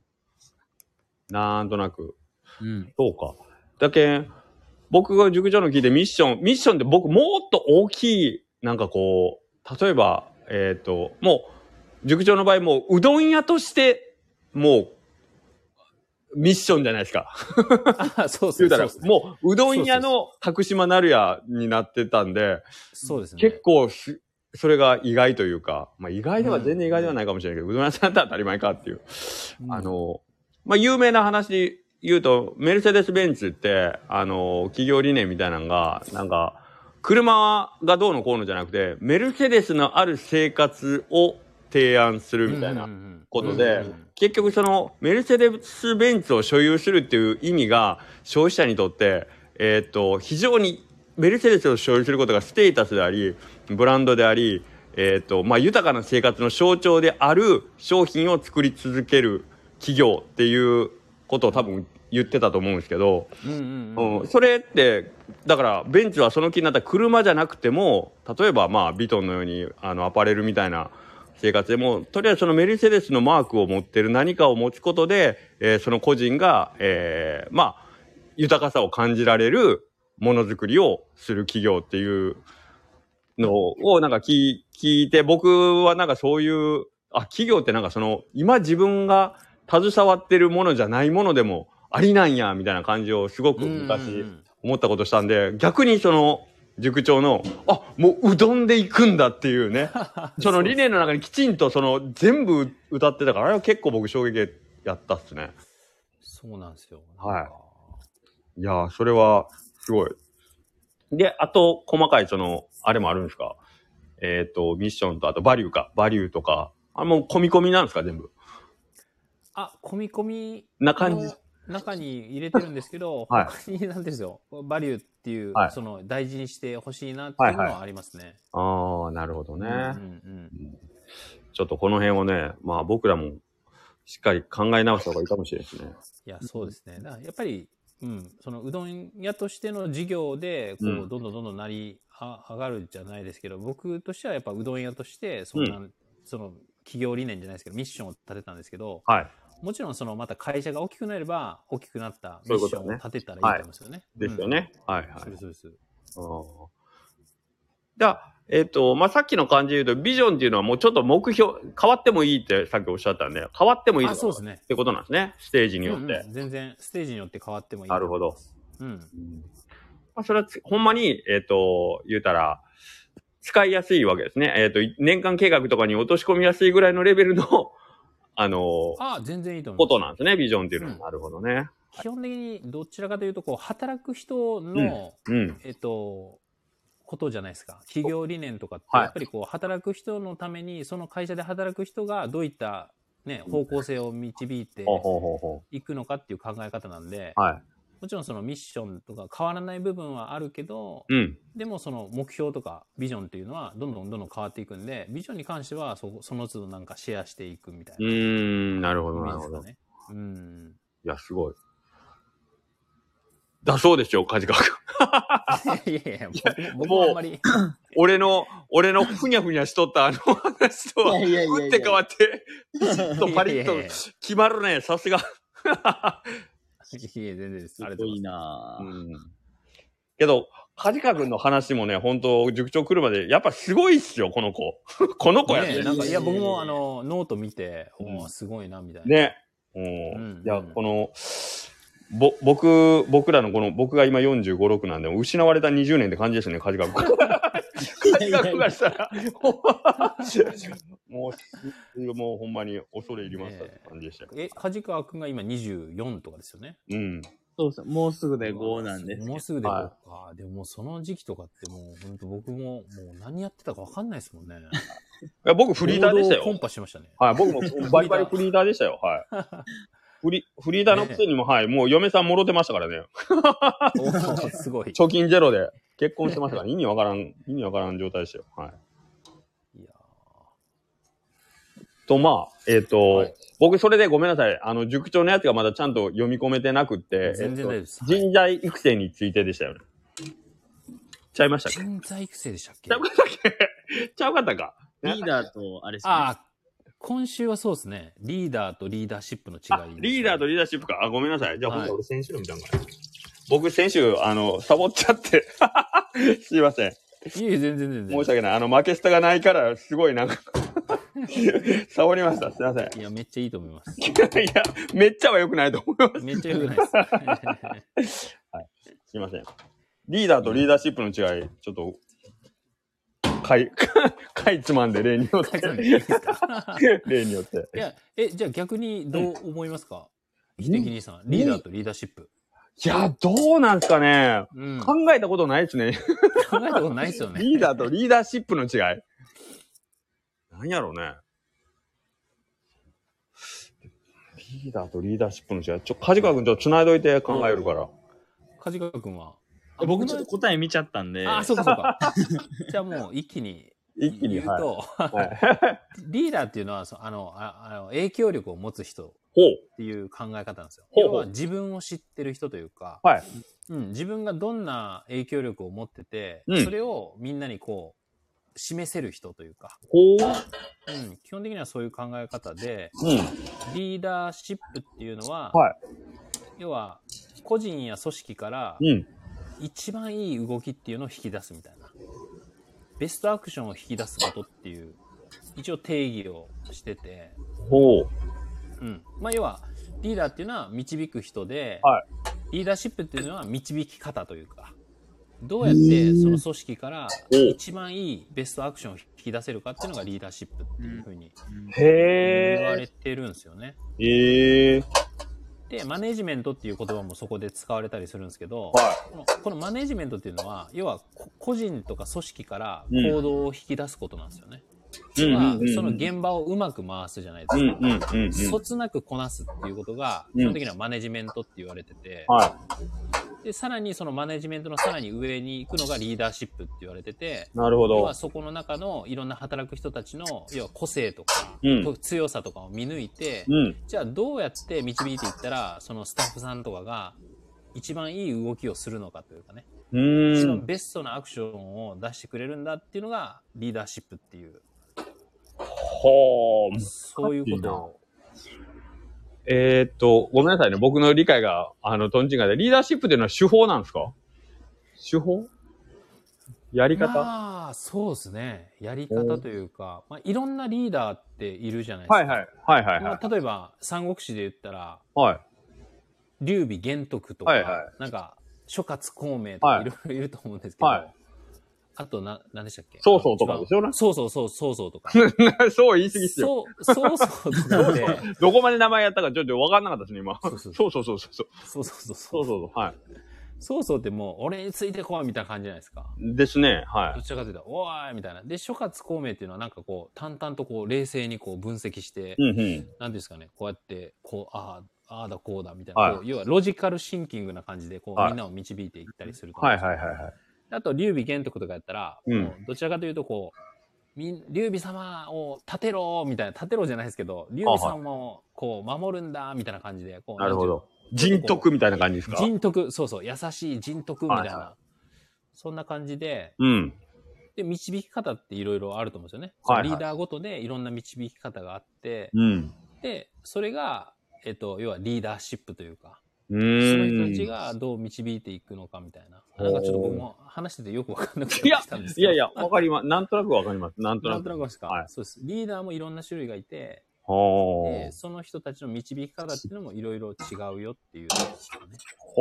なんとなく。 うん。 そうか。だけん、僕が塾長の聞いてミッションって僕もっと大きい、なんかこう、例えば、もう、塾長の場合もう、うどん屋として、もう、ミッションじゃないですか。 そうそう言うたら、もう、うどん屋の角島なるやになってたんで、 そうですね。 結構それが意外というか、まあ意外では全然意外ではないかもしれないけど、うどん屋さんだったら当たり前かっていう。まあ有名な話で言うと、メルセデス・ベンツって、企業理念みたいなのが、なんか、車がどうのこうのじゃなくて、メルセデスのある生活を提案するみたいなことで、結局そのメルセデス・ベンツを所有するっていう意味が消費者にとって、非常にメルセデスを所有することがステータスであり、ブランドであり、まあ、豊かな生活の象徴である商品を作り続ける企業っていうことを多分言ってたと思うんですけど、それってだからベンツはその気になった車じゃなくても、例えばまあヴィトンのようにアパレルみたいな生活でも、とりあえずそのメルセデスのマークを持ってる何かを持つことで、その個人が、まあ豊かさを感じられるものづくりをする企業っていうのをなんか聞いて、僕はなんかそういう、企業ってなんかその今自分が携わってるものじゃないものでもありなんやみたいな感じをすごく昔思ったことしたんで、逆にその塾長のもううどんで行くんだっていうねその理念の中にきちんとその全部歌ってたから、あれは結構僕衝撃やったっすね。 そうなんですよ。 はい。いやそれはすごい。で、あと細かいそのあれもあるんですか。ミッションとあとバリューとか、もう込み込みなんですか全部。 込み込みな感じ。 中に入れてるんですけど、 はい、 他になんですよ、バリューっていう、 はい、 その大事にしてほしいなっていうのはありますね。 なるほどね、ちょっとこの辺をね、まあ僕らもしっかり考え直した方がいいかもしれないですね。 いや、そうですね。だからやっぱり、そのうどん屋としての事業で、こう、どんどんなり上がるじゃないですけど、僕としてはやっぱうどん屋として、その企業理念じゃないですけど、ミッションを立てたんですけど、もちろんそのまた会社が大きくなれば大きくなったミッションを立てたらいいと思うんですよね。 ですよね。 そうです。 じゃあ、まあ、さっきの感じで言うと、ビジョンっていうのはもうちょっと目標、変わってもいいってさっきおっしゃったんで、変わってもいいそうですね。 ってことなんですね。ステージによって。 全然、ステージによって変わってもいい。 なるほど。 まあ、それはほんまに、言うたら、使いやすいわけですね。年間計画とかに落とし込みやすいぐらいのレベルの、 全然いいと思います。 ことなんですね、ビジョンっていうのは。なるほどね。 基本的にどちらかというと、こう、働く人の、ことじゃないですか。企業理念とかって、やっぱりこう、働く人のために、その会社で働く人がどういったね、方向性を導いていくのかっていう考え方なんで、もちろんそのミッションとか変わらない部分はあるけど、でもその目標とかビジョンっていうのはどんどん変わっていくんで、ビジョンに関してはその都度なんかシェアしていくみたいな。 なるほど、なるほど。いや、すごい。だそうですよ、梶川君。いや、僕もあんまり。 俺のふにゃふにゃしとった話とは、打って変わって、ピシッとパリッと決まるね、さすが。 いえ、全然です。 あれといいなけど、梶川君の話もね、本当塾長来るまで、やっぱすごいっすよ、この子。この子やね。 なんか、いや、僕もノート見て、すごいな、みたいな。 ね。いや、この、僕らの僕が今45、6なんで、失われた20年って感じですね、梶川君。梶川君がしたら、もうほんまに恐れ入りましたって感じでしたよ。 梶川君が今24とかですよね。 そうそう、もうすぐで5なんです。 もうすぐで5か。でもその時期とかってもう、本当僕ももう何やってたか分かんないですもんね。 いや、僕フリーターでしたよ。 コンパしましたね。 僕もバリバリフリーターでしたよ。フリーターのくせにも、もう嫁さんもろてましたからね。 すごい。 貯金ゼロで結婚してましたから、意味わからん状態でしたよ。いやと、まあ、僕それでごめんなさい。塾長のやつがまだちゃんと読み込めてなくって、 全然大丈夫です。 人材育成についてでしたよね。 ちゃいましたっけ？ 人材育成でしたっけ？ ちゃうかったっけ？ちゃうかったか。 リーダーと、あれですね。 ああ、今週はそうですね。リーダーとリーダーシップの違い、ね。 リーダーとリーダーシップか。あ、ごめんなさい。じゃあ、ほんと俺先週の見たんかな。僕先週、サボっちゃって。すいません。 いえ、全然。 申し訳ない。負けスタがないから、すごいなんか、サボりました。すいません。 いや、めっちゃいいと思います。 いや、めっちゃは良くないと思います。 めっちゃ良くないです。 はい。すいません。リーダーとリーダーシップの違い、ちょっと、かいつまんで例によって。例によって。 いや、じゃあ逆にどう思いますか？秀樹兄さん。リーダーとリーダーシップ。 いや、どうなんすかね、考えたことないですね。 考えたことないですよね。 リーダーとリーダーシップの違い。何やろうね。リーダーとリーダーシップの違い。梶川くんちょっと繋いどいて考えるから。 梶川くんは僕ちょっと答え見ちゃったんで。 あ、そうか。じゃあもう一気に言うと、リーダーっていうのは、影響力を持つ人っていう考え方なんですよ。要は自分を知ってる人というか、自分がどんな影響力を持ってて、それをみんなにこう、示せる人というか、基本的にはそういう考え方で、リーダーシップっていうのは、要は個人や組織から、一番いい動きっていうのを引き出すみたいな。ベストアクションを引き出すことっていう、一応定義をしてて。まあ要は、リーダーっていうのは導く人で、リーダーシップっていうのは導き方というか、どうやってその組織から一番いいベストアクションを引き出せるかっていうのがリーダーシップっていうふうに言われてるんですよね。で、マネジメントっていう言葉もそこで使われたりするんですけど、このマネジメントっていうのは、要は個人とか組織から行動を引き出すことなんですよね。その現場をうまく回すじゃないですか。そつなくこなすっていうことが、基本的にはマネジメントって言われてて、で、さらにそのマネジメントのさらに上に行くのがリーダーシップって言われてて、 なるほど。 要はそこの中のいろんな働く人たちの、要は個性とか、強さとかを見抜いて、じゃあどうやって導いていったら、そのスタッフさんとかが一番いい動きをするのかというかね、一番ベストなアクションを出してくれるんだっていうのがリーダーシップっていう。そういうことを。 ごめんなさいね。僕の理解が、トンチンカンで、リーダーシップっていうのは手法なんですか？手法？やり方？ まあ、そうですね。やり方というか、まあ、いろんなリーダーっているじゃないですか。例えば、三国志で言ったら、劉備玄徳とか、なんか、諸葛孔明とかいろいろいると思うんですけど、あと、何でしたっけ？ 曹操とかですよね。 曹操とか。 そう言い過ぎっすよ。 曹操とかって。 どこまで名前やったかちょっと分かんなかったですね、今。そう。 曹操ってもう、俺についてこいみたいな感じじゃないですか。 ですね、 どちらかというと、おーいみたいな。で、諸葛孔明っていうのはなんかこう、淡々とこう、冷静にこう分析して、なんですかね、こうやって、こう、ああだこうだみたいな、要はロジカルシンキングな感じで、こう、みんなを導いていったりすると思うんですよ。あと、劉備玄徳とかやったら、もうどちらかというと、こう、劉備様を立てろみたいな、立てろじゃないですけど、劉備様をこう、守るんだみたいな感じで、こう、 なるほど。人徳みたいな感じですか？ 人徳、そう、優しい人徳みたいな、そんな感じで、で、導き方っていろいろあると思うんですよね。リーダーごとでいろんな導き方があって、で、それが、要はリーダーシップというか、その人たちがどう導いていくのかみたいな。なんかちょっと僕も話しててよくわかんなくなってきたんですけど。 いや、わかります。なんとなくわかります。なんとなくですか。そうです。リーダーもいろんな種類がいて、で、その人たちの導き方っていうのもいろいろ違うよっていうことですかね。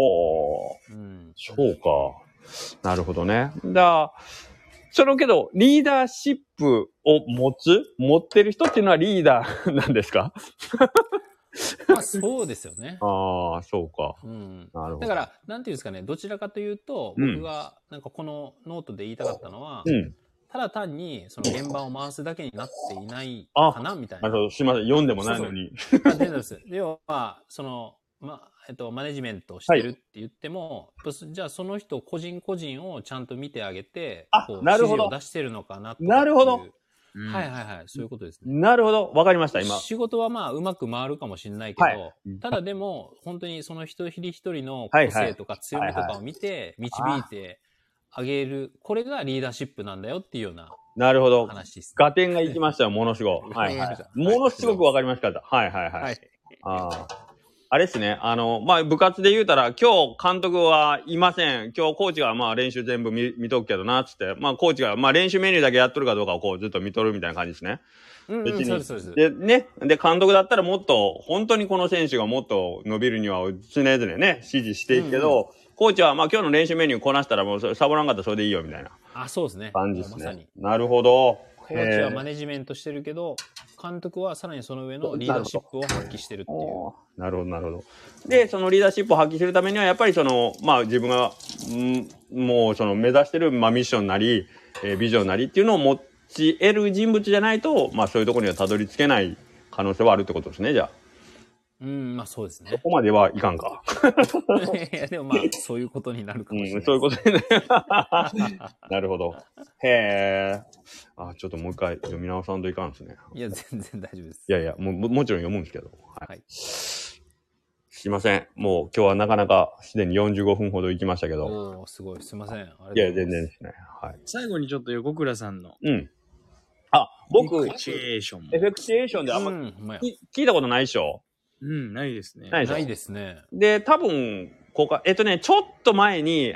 そうか。なるほどね。けど、リーダーシップを持ってる人っていうのはリーダーなんですか？ まあそうですよね。 ああ、そうか。 なるほど。だから、なんていうんですかね、どちらかというと、僕がなんかこのノートで言いたかったのは、ただ単にその現場を回すだけになっていないかなみたいな。 すいません、読んでもないのに。 要は、その、マネジメントをしてるって言っても、じゃあその人個人個人をちゃんと見てあげて、指示を出してるのかなと。 なるほど。 そういうことですね。 なるほど。わかりました、今。 仕事はまあ、うまく回るかもしれないけど、ただでも、本当にその一人一人の個性とか強みとかを見て、導いて上げる、これがリーダーシップなんだよっていうようななるほど。 話です。 合点がいきましたよ、ものすごく。はいはい。ものすごくわかりました。はいはいはい。あれですね。まあ、部活で言うたら、今日監督はいません。今日コーチがまあ練習全部見とくけどな、つって。まあ、コーチがまあ練習メニューだけやっとるかどうかをこうずっと見とるみたいな感じですね。 別に。そうです。 で、ね。で、監督だったらもっと、本当にこの選手がもっと伸びるには常々ね、指示していくけど、コーチはまあ今日の練習メニューこなしたらもうサボらんかったらそれでいいよみたいな。 そうですね。 感じですね。 まさに。 なるほど。 コーチはマネジメントしてるけど、監督はさらにその上のリーダーシップを発揮してるっていう。 なるほど、なるほど。で、そのリーダーシップを発揮するためには、やっぱりその、まあ自分が、もうその目指してる、まあミッションなり、ビジョンなりっていうのを持ち得る人物じゃないと、まあそういうところにはたどり着けない可能性はあるってことですね、じゃあ。 まあそうですね。 そこまではいかんか。 いや、でもまあ、そういうことになるかもしれない、 そういうことになる。なるほど。へえ。ちょっともう一回読み直さんといかんですね。 いや、全然大丈夫です。 いやいや、もちろん読むんですけど。はい。すいません。もう今日はなかなかすでに45分ほど行きましたけど。 すごい。すいません。いや、全然ですね。はい。 最後にちょっと横倉さんの。 僕、 エフェクチュエーション。 エフェクチュエーションであんま聞いたことないでしょ？ ないですね。 ないですね。 で、多分、ちょっと前に、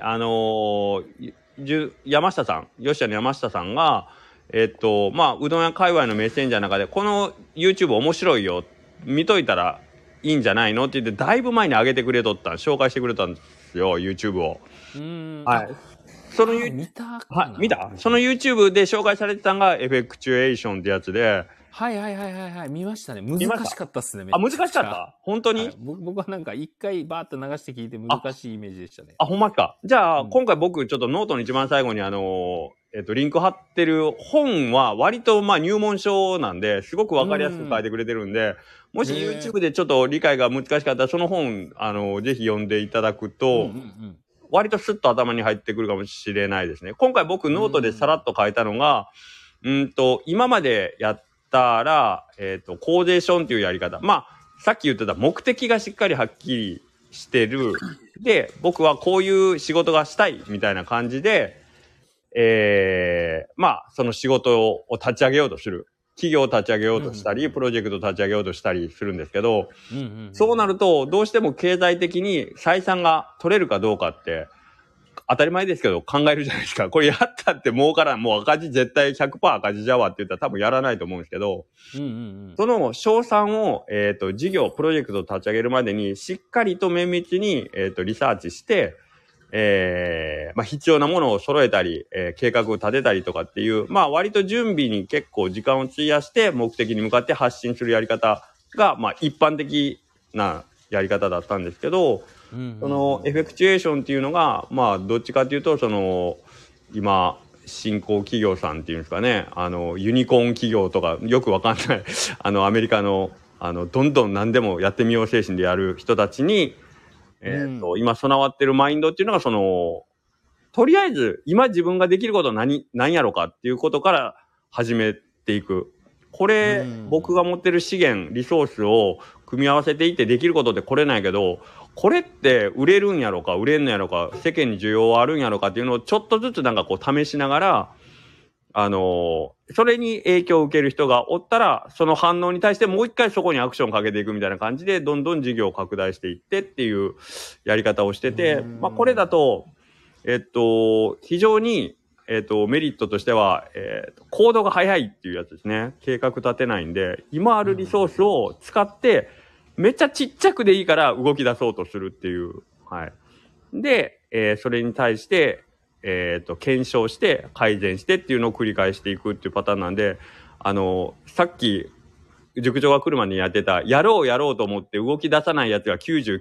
山下さん、吉田の山下さんが、まあ、うどん屋界隈のメッセンジャーの中で、この YouTube 面白いよ、見といたらいいんじゃないのって言って、だいぶ前に上げてくれとった、紹介してくれたんですよ、YouTube を。はい。その見たはい、見た？その YouTube で紹介されてたのがエフェクチュエーションってやつで、 はい見ましたね。難しかったっすね。 難しかった？本当に？ 僕はなんか一回バーって流して聞いて難しいイメージでしたね。 ほんまか。じゃあ、今回僕ちょっとノートの一番最後にリンク貼ってる本は割とまあ入門書なんで、すごくわかりやすく書いてくれてるんで、もし YouTube でちょっと理解が難しかったら、その本、ぜひ読んでいただくと、割とスッと頭に入ってくるかもしれないですね。今回僕ノートでさらっと書いたのが、今までやったら、コーデーションっていうやり方。まあ、さっき言ってた目的がしっかりはっきりしてる。で、僕はこういう仕事がしたいみたいな感じで、まあ、その仕事を立ち上げようとする。企業を立ち上げようとしたり、プロジェクトを立ち上げようとしたりするんですけど、そうなると、どうしても経済的に採算が取れるかどうかって、当たり前ですけど考えるじゃないですか。これやったって儲からん、もう赤字絶対 100% 赤字じゃわって言ったら多分やらないと思うんですけど、その賞賛を、事業、プロジェクトを立ち上げるまでにしっかりと綿密に、リサーチして、まあ、必要なものを揃えたり、計画を立てたりとかっていう、まあ、割と準備に結構時間を費やして目的に向かって発信するやり方が、まあ、一般的なやり方だったんですけど、そのエフェクチュエーションっていうのが、まあ、どっちかっていうと、その、今、新興企業さんっていうんですかね、ユニコーン企業とか、よくわかんない、アメリカの、どんどん何でもやってみよう精神でやる人たちに、今備わってるマインドっていうのが、その、とりあえず、今自分ができることは何やろかっていうことから始めていく。これ、僕が持ってる資源、リソースを組み合わせていってできることってこれないけど、これって売れるんやろか、売れんのやろか、世間に需要はあるんやろかっていうのをちょっとずつなんかこう試しながら、それに影響を受ける人がおったら、その反応に対してもう一回そこにアクションをかけていくみたいな感じで、どんどん事業を拡大していってっていうやり方をしてて、まあこれだと、非常に、メリットとしては、行動が早いっていうやつですね。計画立てないんで、今あるリソースを使って、めっちゃちっちゃくでいいから動き出そうとするっていう。はい。で、それに対して、検証して改善してっていうのを繰り返していくっていうパターンなんで、さっき、塾長が来るまでにやってた、やろうと思って動き出さないやつが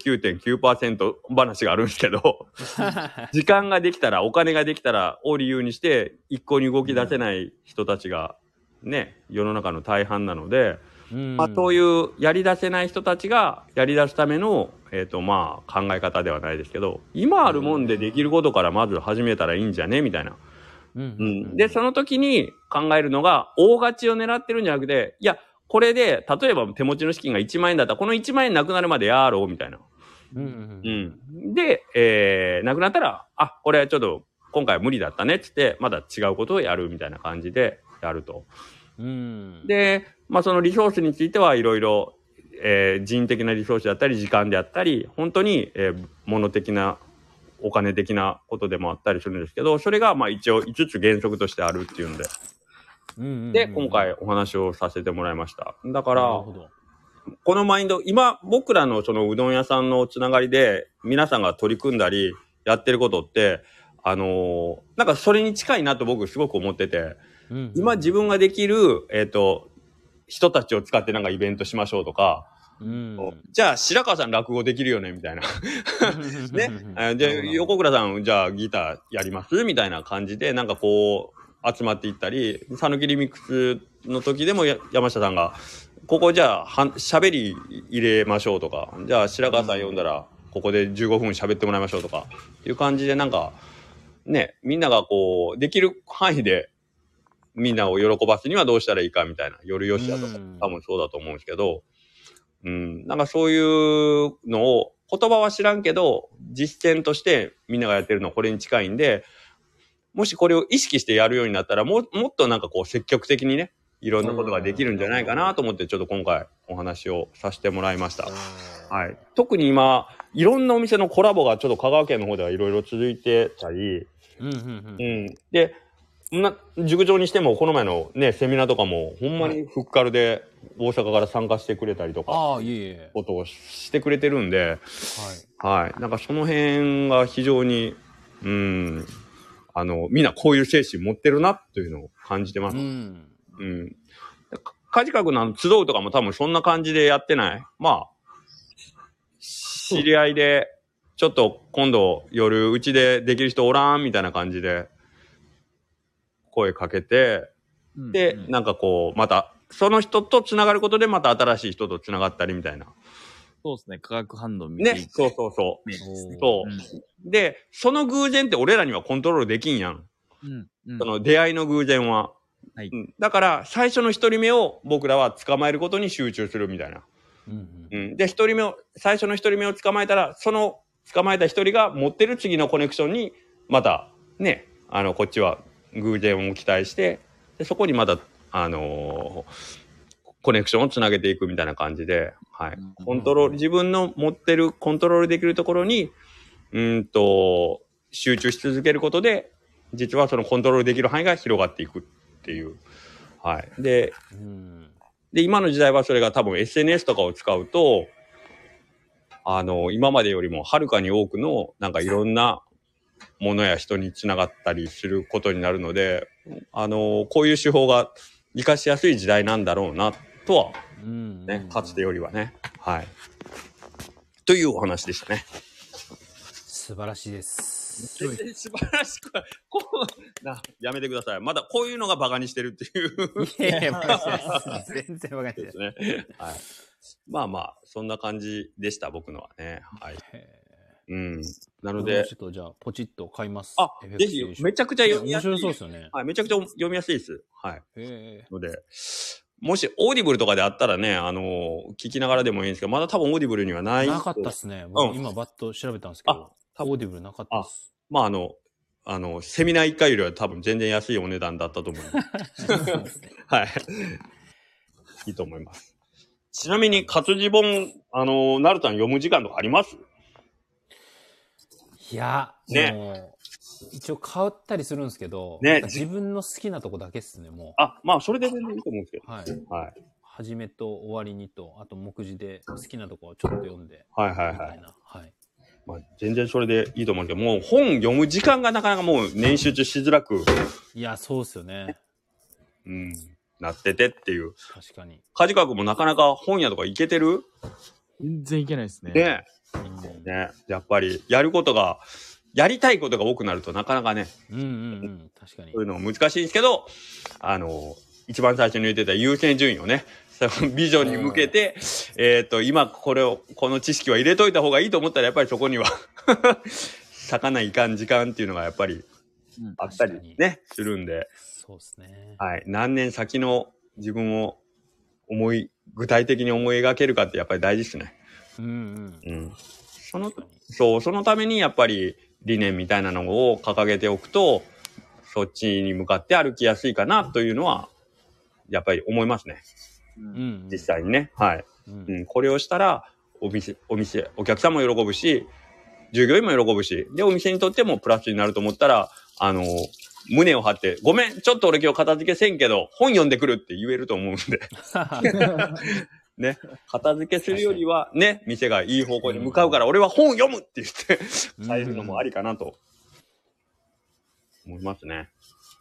99.9% 話があるんですけど、時間ができたら、お金ができたらを理由にして、一向に動き出せない人たちが、ね、世の中の大半なので、まあ、そういうやり出せない人たちがやり出すための、まあ、考え方ではないですけど、今あるもんでできることからまず始めたらいいんじゃねみたいな。で、その時に考えるのが、大勝ちを狙ってるんじゃなくて、いや、これで、例えば手持ちの資金が1万円だったら、この1万円なくなるまでやろうみたいな。で、なくなったら、これはちょっと今回は無理だったねっつって、まだ違うことをやるみたいな感じでやると。で、そのリソースについてはいろいろ、人的なリソースだったり、時間であったり、本当に、物的な、お金的なことでもあったりするんですけど、それが一応5つ原則としてあるっていうんで。で、今回お話をさせてもらいました。だから、このマインド、今、僕らのそのうどん屋さんのつながりで、皆さんが取り組んだり、やってることって、なんかそれに近いなと僕すごく思ってて、今自分ができる、人たちを使ってなんかイベントしましょうとか、じゃあ白川さん落語できるよねみたいなね、で横倉さんじゃあギターやりますみたいな感じでなんかこう集まっていったり、さぬきリミックスの時でも山下さんがここじゃあ喋り入れましょうとか、じゃあ白川さん呼んだらここで15分喋ってもらいましょうとかいう感じでなんかね、みんながこうできる範囲でみんなを喜ばすにはどうしたらいいかみたいな、夜よしやとか多分そうだと思うんですけど、なんかそういうのを言葉は知らんけど実践としてみんながやってるのはこれに近いんで、もしこれを意識してやるようになったらもっとなんかこう積極的にね、いろんなことができるんじゃないかなと思ってちょっと今回お話をさせてもらいました。はい。特に今いろんなお店のコラボがちょっと香川県の方ではいろいろ続いてたり、で塾長にしてもこの前のねセミナーとかもほんまにフッカルで大阪から参加してくれたりとかことをしてくれてるんで、はい、なんかその辺が非常にみんなこういう精神持ってるなというのを感じてます。カジカ君の集うとかも多分そんな感じでやってない？知り合いでちょっと今度夜うちでできる人おらんみたいな感じで声かけて、で、なんかこう、また、その人と繋がることでまた新しい人と繋がったりみたいな。 そうですね。化学反応見ていく。 ね。そう。そう。で、その偶然って俺らにはコントロールできんやん。その出会いの偶然は。だから、最初の一人目を僕らは捕まえることに集中するみたいな。で、最初の一人目を捕まえたら、その捕まえた一人が持ってる次のコネクションに、また、ね、こっちは、偶然を期待して、でそこにまたコネクションをつなげていくみたいな感じで、はい、自分の持ってるコントロールできるところに集中し続けることで、実はそのコントロールできる範囲が広がっていくっていう、はい、で今の時代はそれが多分 SNS とかを使うと今までよりもはるかに多くのなんかいろんなものや人につながったりすることになるので、こういう手法が活かしやすい時代なんだろうなとは、ね、かつてよりはね、はい。というお話でしたね。 素晴らしいです。 素晴らしくやめてください。まだこういうのがバカにしてるっていう。 いやバカにしてる。全然バカにしてる。ですね。 はい。そんな感じでした、僕のはね。はい。なので。 ちょっとじゃあ、ポチッと買います。 ぜひ、めちゃくちゃ読みやすい。 面白そうですよね。 はい、めちゃくちゃ読みやすいです。はい。ので、もし、オーディブルとかであったらね、聞きながらでもいいんですけど、まだ多分オーディブルにはない。 なかったっすね。僕今、バッと調べたんですけど、オーディブルなかったっす。 セミナー1回よりは多分全然安いお値段だったと思います。はい。いいと思います。ちなみに、活字本、なるたん読む時間とかあります？ いや、 ね、 もう一応買ったりするんですけど、 ね、 自分の好きなとこだけっすね、もう。それで全然いいと思うんですけど。 はい。始めと終わりにと、あと目次で好きなとこをちょっと読んで。 はい。全然それでいいと思うんですけど、もう本読む時間がなかなかもう年集中しづらく。 いや、そうっすよね。 なっててっていう。 確かに。 カジカ君もなかなか本屋とか行けてる？ 全然行けないですね。 ね。やっぱりやりたいことが多くなるとなかなかね、 確かに。 そういうのも難しいんですけど、一番最初に言ってた優先順位をね、ビジョンに向けて、今この知識は入れといた方がいいと思ったらやっぱりそこには咲かないかん時間っていうのがやっぱりあったりね、するんで、 そうですね。はい、 何年先の自分を具体的に思い描けるかってやっぱり大事ですね。そのためにやっぱり理念みたいなのを掲げておくと、そっちに向かって歩きやすいかなというのは、やっぱり思いますね。実際にね。はい。これをしたら、お客さんも喜ぶし、従業員も喜ぶし、で、お店にとってもプラスになると思ったら、胸を張って、ごめん、ちょっと俺今日片付けせんけど、本読んでくるって言えると思うんで。ね。片付けするよりは、ね、店がいい方向に向かうから、俺は本読むって言って、変えるのもありかなと、思いますね。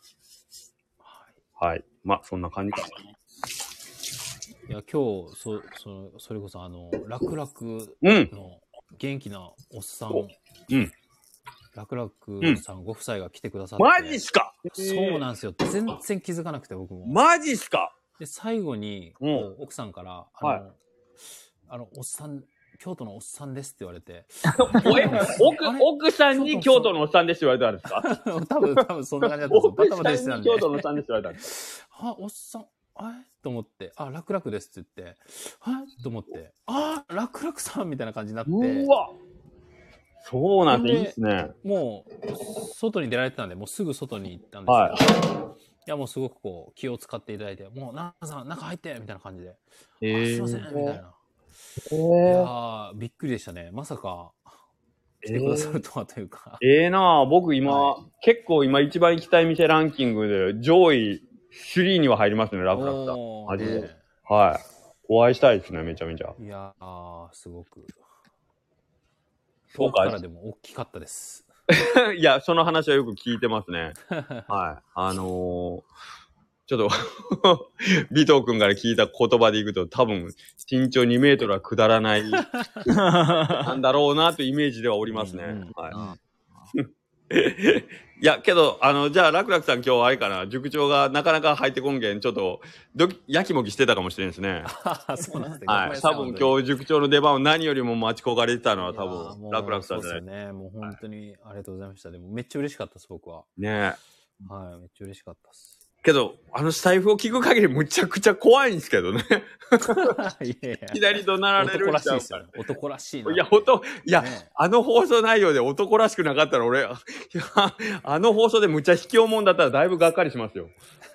はい。まあ、そんな感じかな。 いや、今日、それこそ、楽々の元気なおっさん、楽々さんご夫妻が来てくださって。 マジっすか？ そうなんですよ。全然気づかなくて、僕も。 マジっすか？ で、最後に、奥さんから、おっさん、京都のおっさんですって言われて。 奥さんに京都のおっさんですって言われたんですか？ 多分そんな感じだったんですよ。バタバタしてたんで。 京都のおっさんですって言われたんですか？ おっさん、と思って、楽々ですって言って、と思って、楽々さんみたいな感じになって。 うわ、そうなんていいですね。 もう、外に出られてたんで、もうすぐ外に行ったんですけど、いや、もうすごくこう、気を使っていただいて、もう、ナナさん、中入ってみたいな感じで、すいませんみたいな。いやびっくりでしたね。まさか、来てくださるとはというか。 なぁ。僕今、結構今一番行きたい店ランキングで、上位3には入りますね、楽々さん。マジで。はい。お会いしたいですね、めちゃめちゃ。 いやすごく。遠くからでも大きかったです。 いや、その話はよく聞いてますね。はい。ちょっと尾藤くんから聞いた言葉でいくと、多分、身長2メートルは下らない、なんだろうなというイメージではおりますね。はい。いや、けど、じゃあ、楽々さん今日あれかな、塾長がなかなか入ってこんけん、ちょっと、やきもきしてたかもしれんですね。 そうなんですね。 はい。多分今日塾長の出番を何よりも待ち焦がれてたのは多分、楽々さんじゃない。 そうですよね。もう本当にありがとうございました。でもめっちゃ嬉しかったです、僕は。 ねえ。 はい、めっちゃ嬉しかったです。 けど、スタイフを聞く限りむちゃくちゃ怖いんですけどね。左怒鳴られるんちゃうから。 男らしいな。 いや、放送内容で男らしくなかったら俺、放送でむちゃ引き思うんだったらだいぶがっかりしますよ。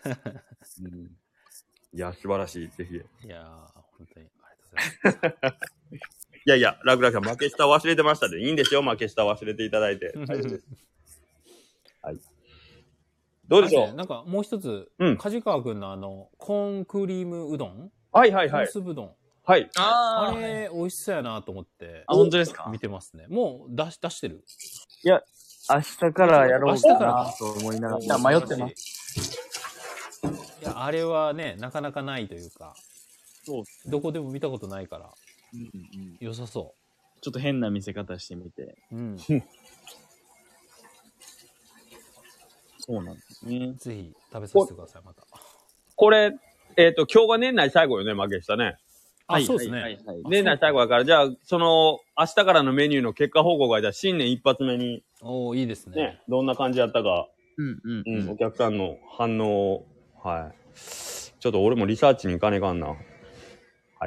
いや、素晴らしい。ぜひ。 いや本当にありがとうございます。 いや、楽々さん負け下忘れてましたで。いいんですよ、負け下忘れていただいて。大丈夫です。はい。どうでしょう？ なんかもう一つ、梶川くんのコーンクリームうどん？ はい。 コーンスープうどん。 はい。 あれ、美味しそうやなと思って。 本当ですか？ 見てますね。もう出してる？ いや、明日からやろうかなと思いながら。迷ってます。 いや、あれはね、なかなかないというか。 そう。 どこでも見たことないから。良さそう。 ちょっと変な見せ方してみて。そうなんですね。 ぜひ食べさせてください、また。 これ、今日が年内最後よね、負けしたね。 そうですね。 年内最後だから、じゃあ、明日からのメニューの結果報告が、じゃあ、新年一発目に。 いいですね。 どんな感じやったか。お客さんの反応を、はい。ちょっと俺もリサーチに行かねえかんな。はい。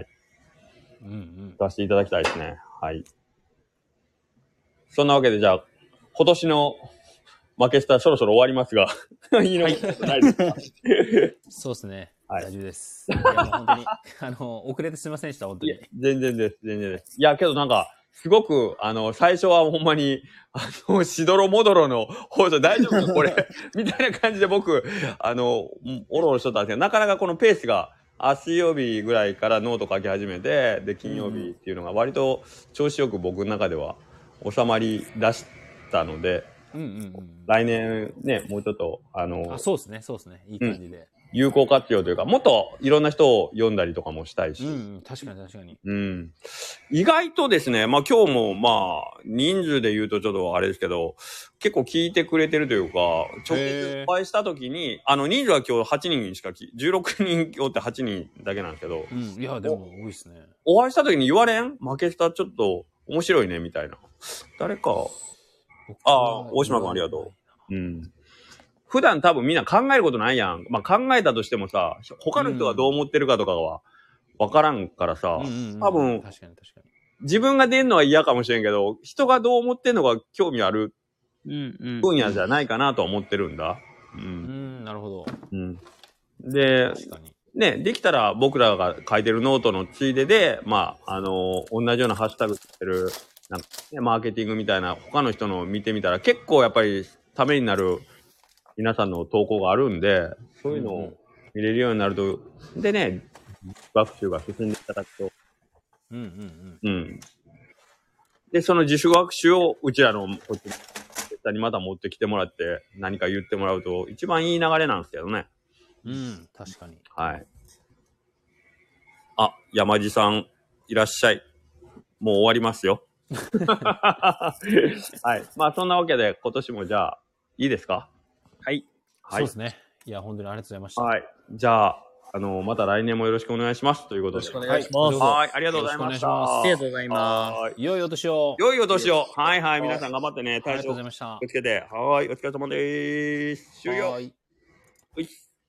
出していただきたいですね。はい。そんなわけで、じゃあ、今年の、負けしたそろそろ終わりますが言い残すことないですか？ そうですね。大丈夫です。いや、もう本当に、遅れてすみませんでした、本当に。 全然です。いや、けどなんか、すごく、最初はほんまに、しどろもどろの放送大丈夫かこれみたいな感じで僕、おろおろしとったんですけど、なかなかこのペースが、水曜日ぐらいからノート書き始めて、で、金曜日っていうのが割と調子よく僕の中では収まり出したので、来年ね、もうちょっと、 そうですね。いい感じで。 有効活用というか、もっといろんな人を読んだりとかもしたいし。 確かに。 意外とですね、まあ今日も人数で言うとちょっとあれですけど、結構聞いてくれてるというか、直接お会いした時に、人数は今日8人しか16人おって8人だけなんですけど。 いや、でも多いですね。 お会いした時に言われん？負けしたちょっと面白いね、みたいな。誰か。大島君ありがとう。普段多分みんな考えることないやん。まあ考えたとしてもさ、他の人がどう思ってるかとかは分からんからさ、多分、自分が出んのは嫌かもしれんけど、人がどう思ってんのが興味ある分野じゃないかなとは思ってるんだ。 なるほど。 で、ね、できたら僕らが書いてるノートのついでで、まあ、同じようなハッシュタグつってる、なんかね、マーケティングみたいな他の人のを見てみたら結構やっぱりためになる皆さんの投稿があるんで、そういうのを見れるようになると、でね、学習が進んでいただくと。で、その自主学習をうちらのこっちにまた持ってきてもらって何か言ってもらうと一番いい流れなんですけどね。 確かに。 はい。あ、山地さんいらっしゃい。もう終わりますよ。はい。まあそんなわけで今年もじゃあいいですか？ はい。 そうですね。いや、本当にありがとうございました。 はい。じゃあ、また来年もよろしくお願いしますということで。 よろしくお願いします。 はい。ありがとうございました。 ありがとうございます。 良いお年を。 良いお年を。はいはい。皆さん頑張ってね。 ありがとうございました。 気をつけて。はい。お疲れ様です。終了。はい。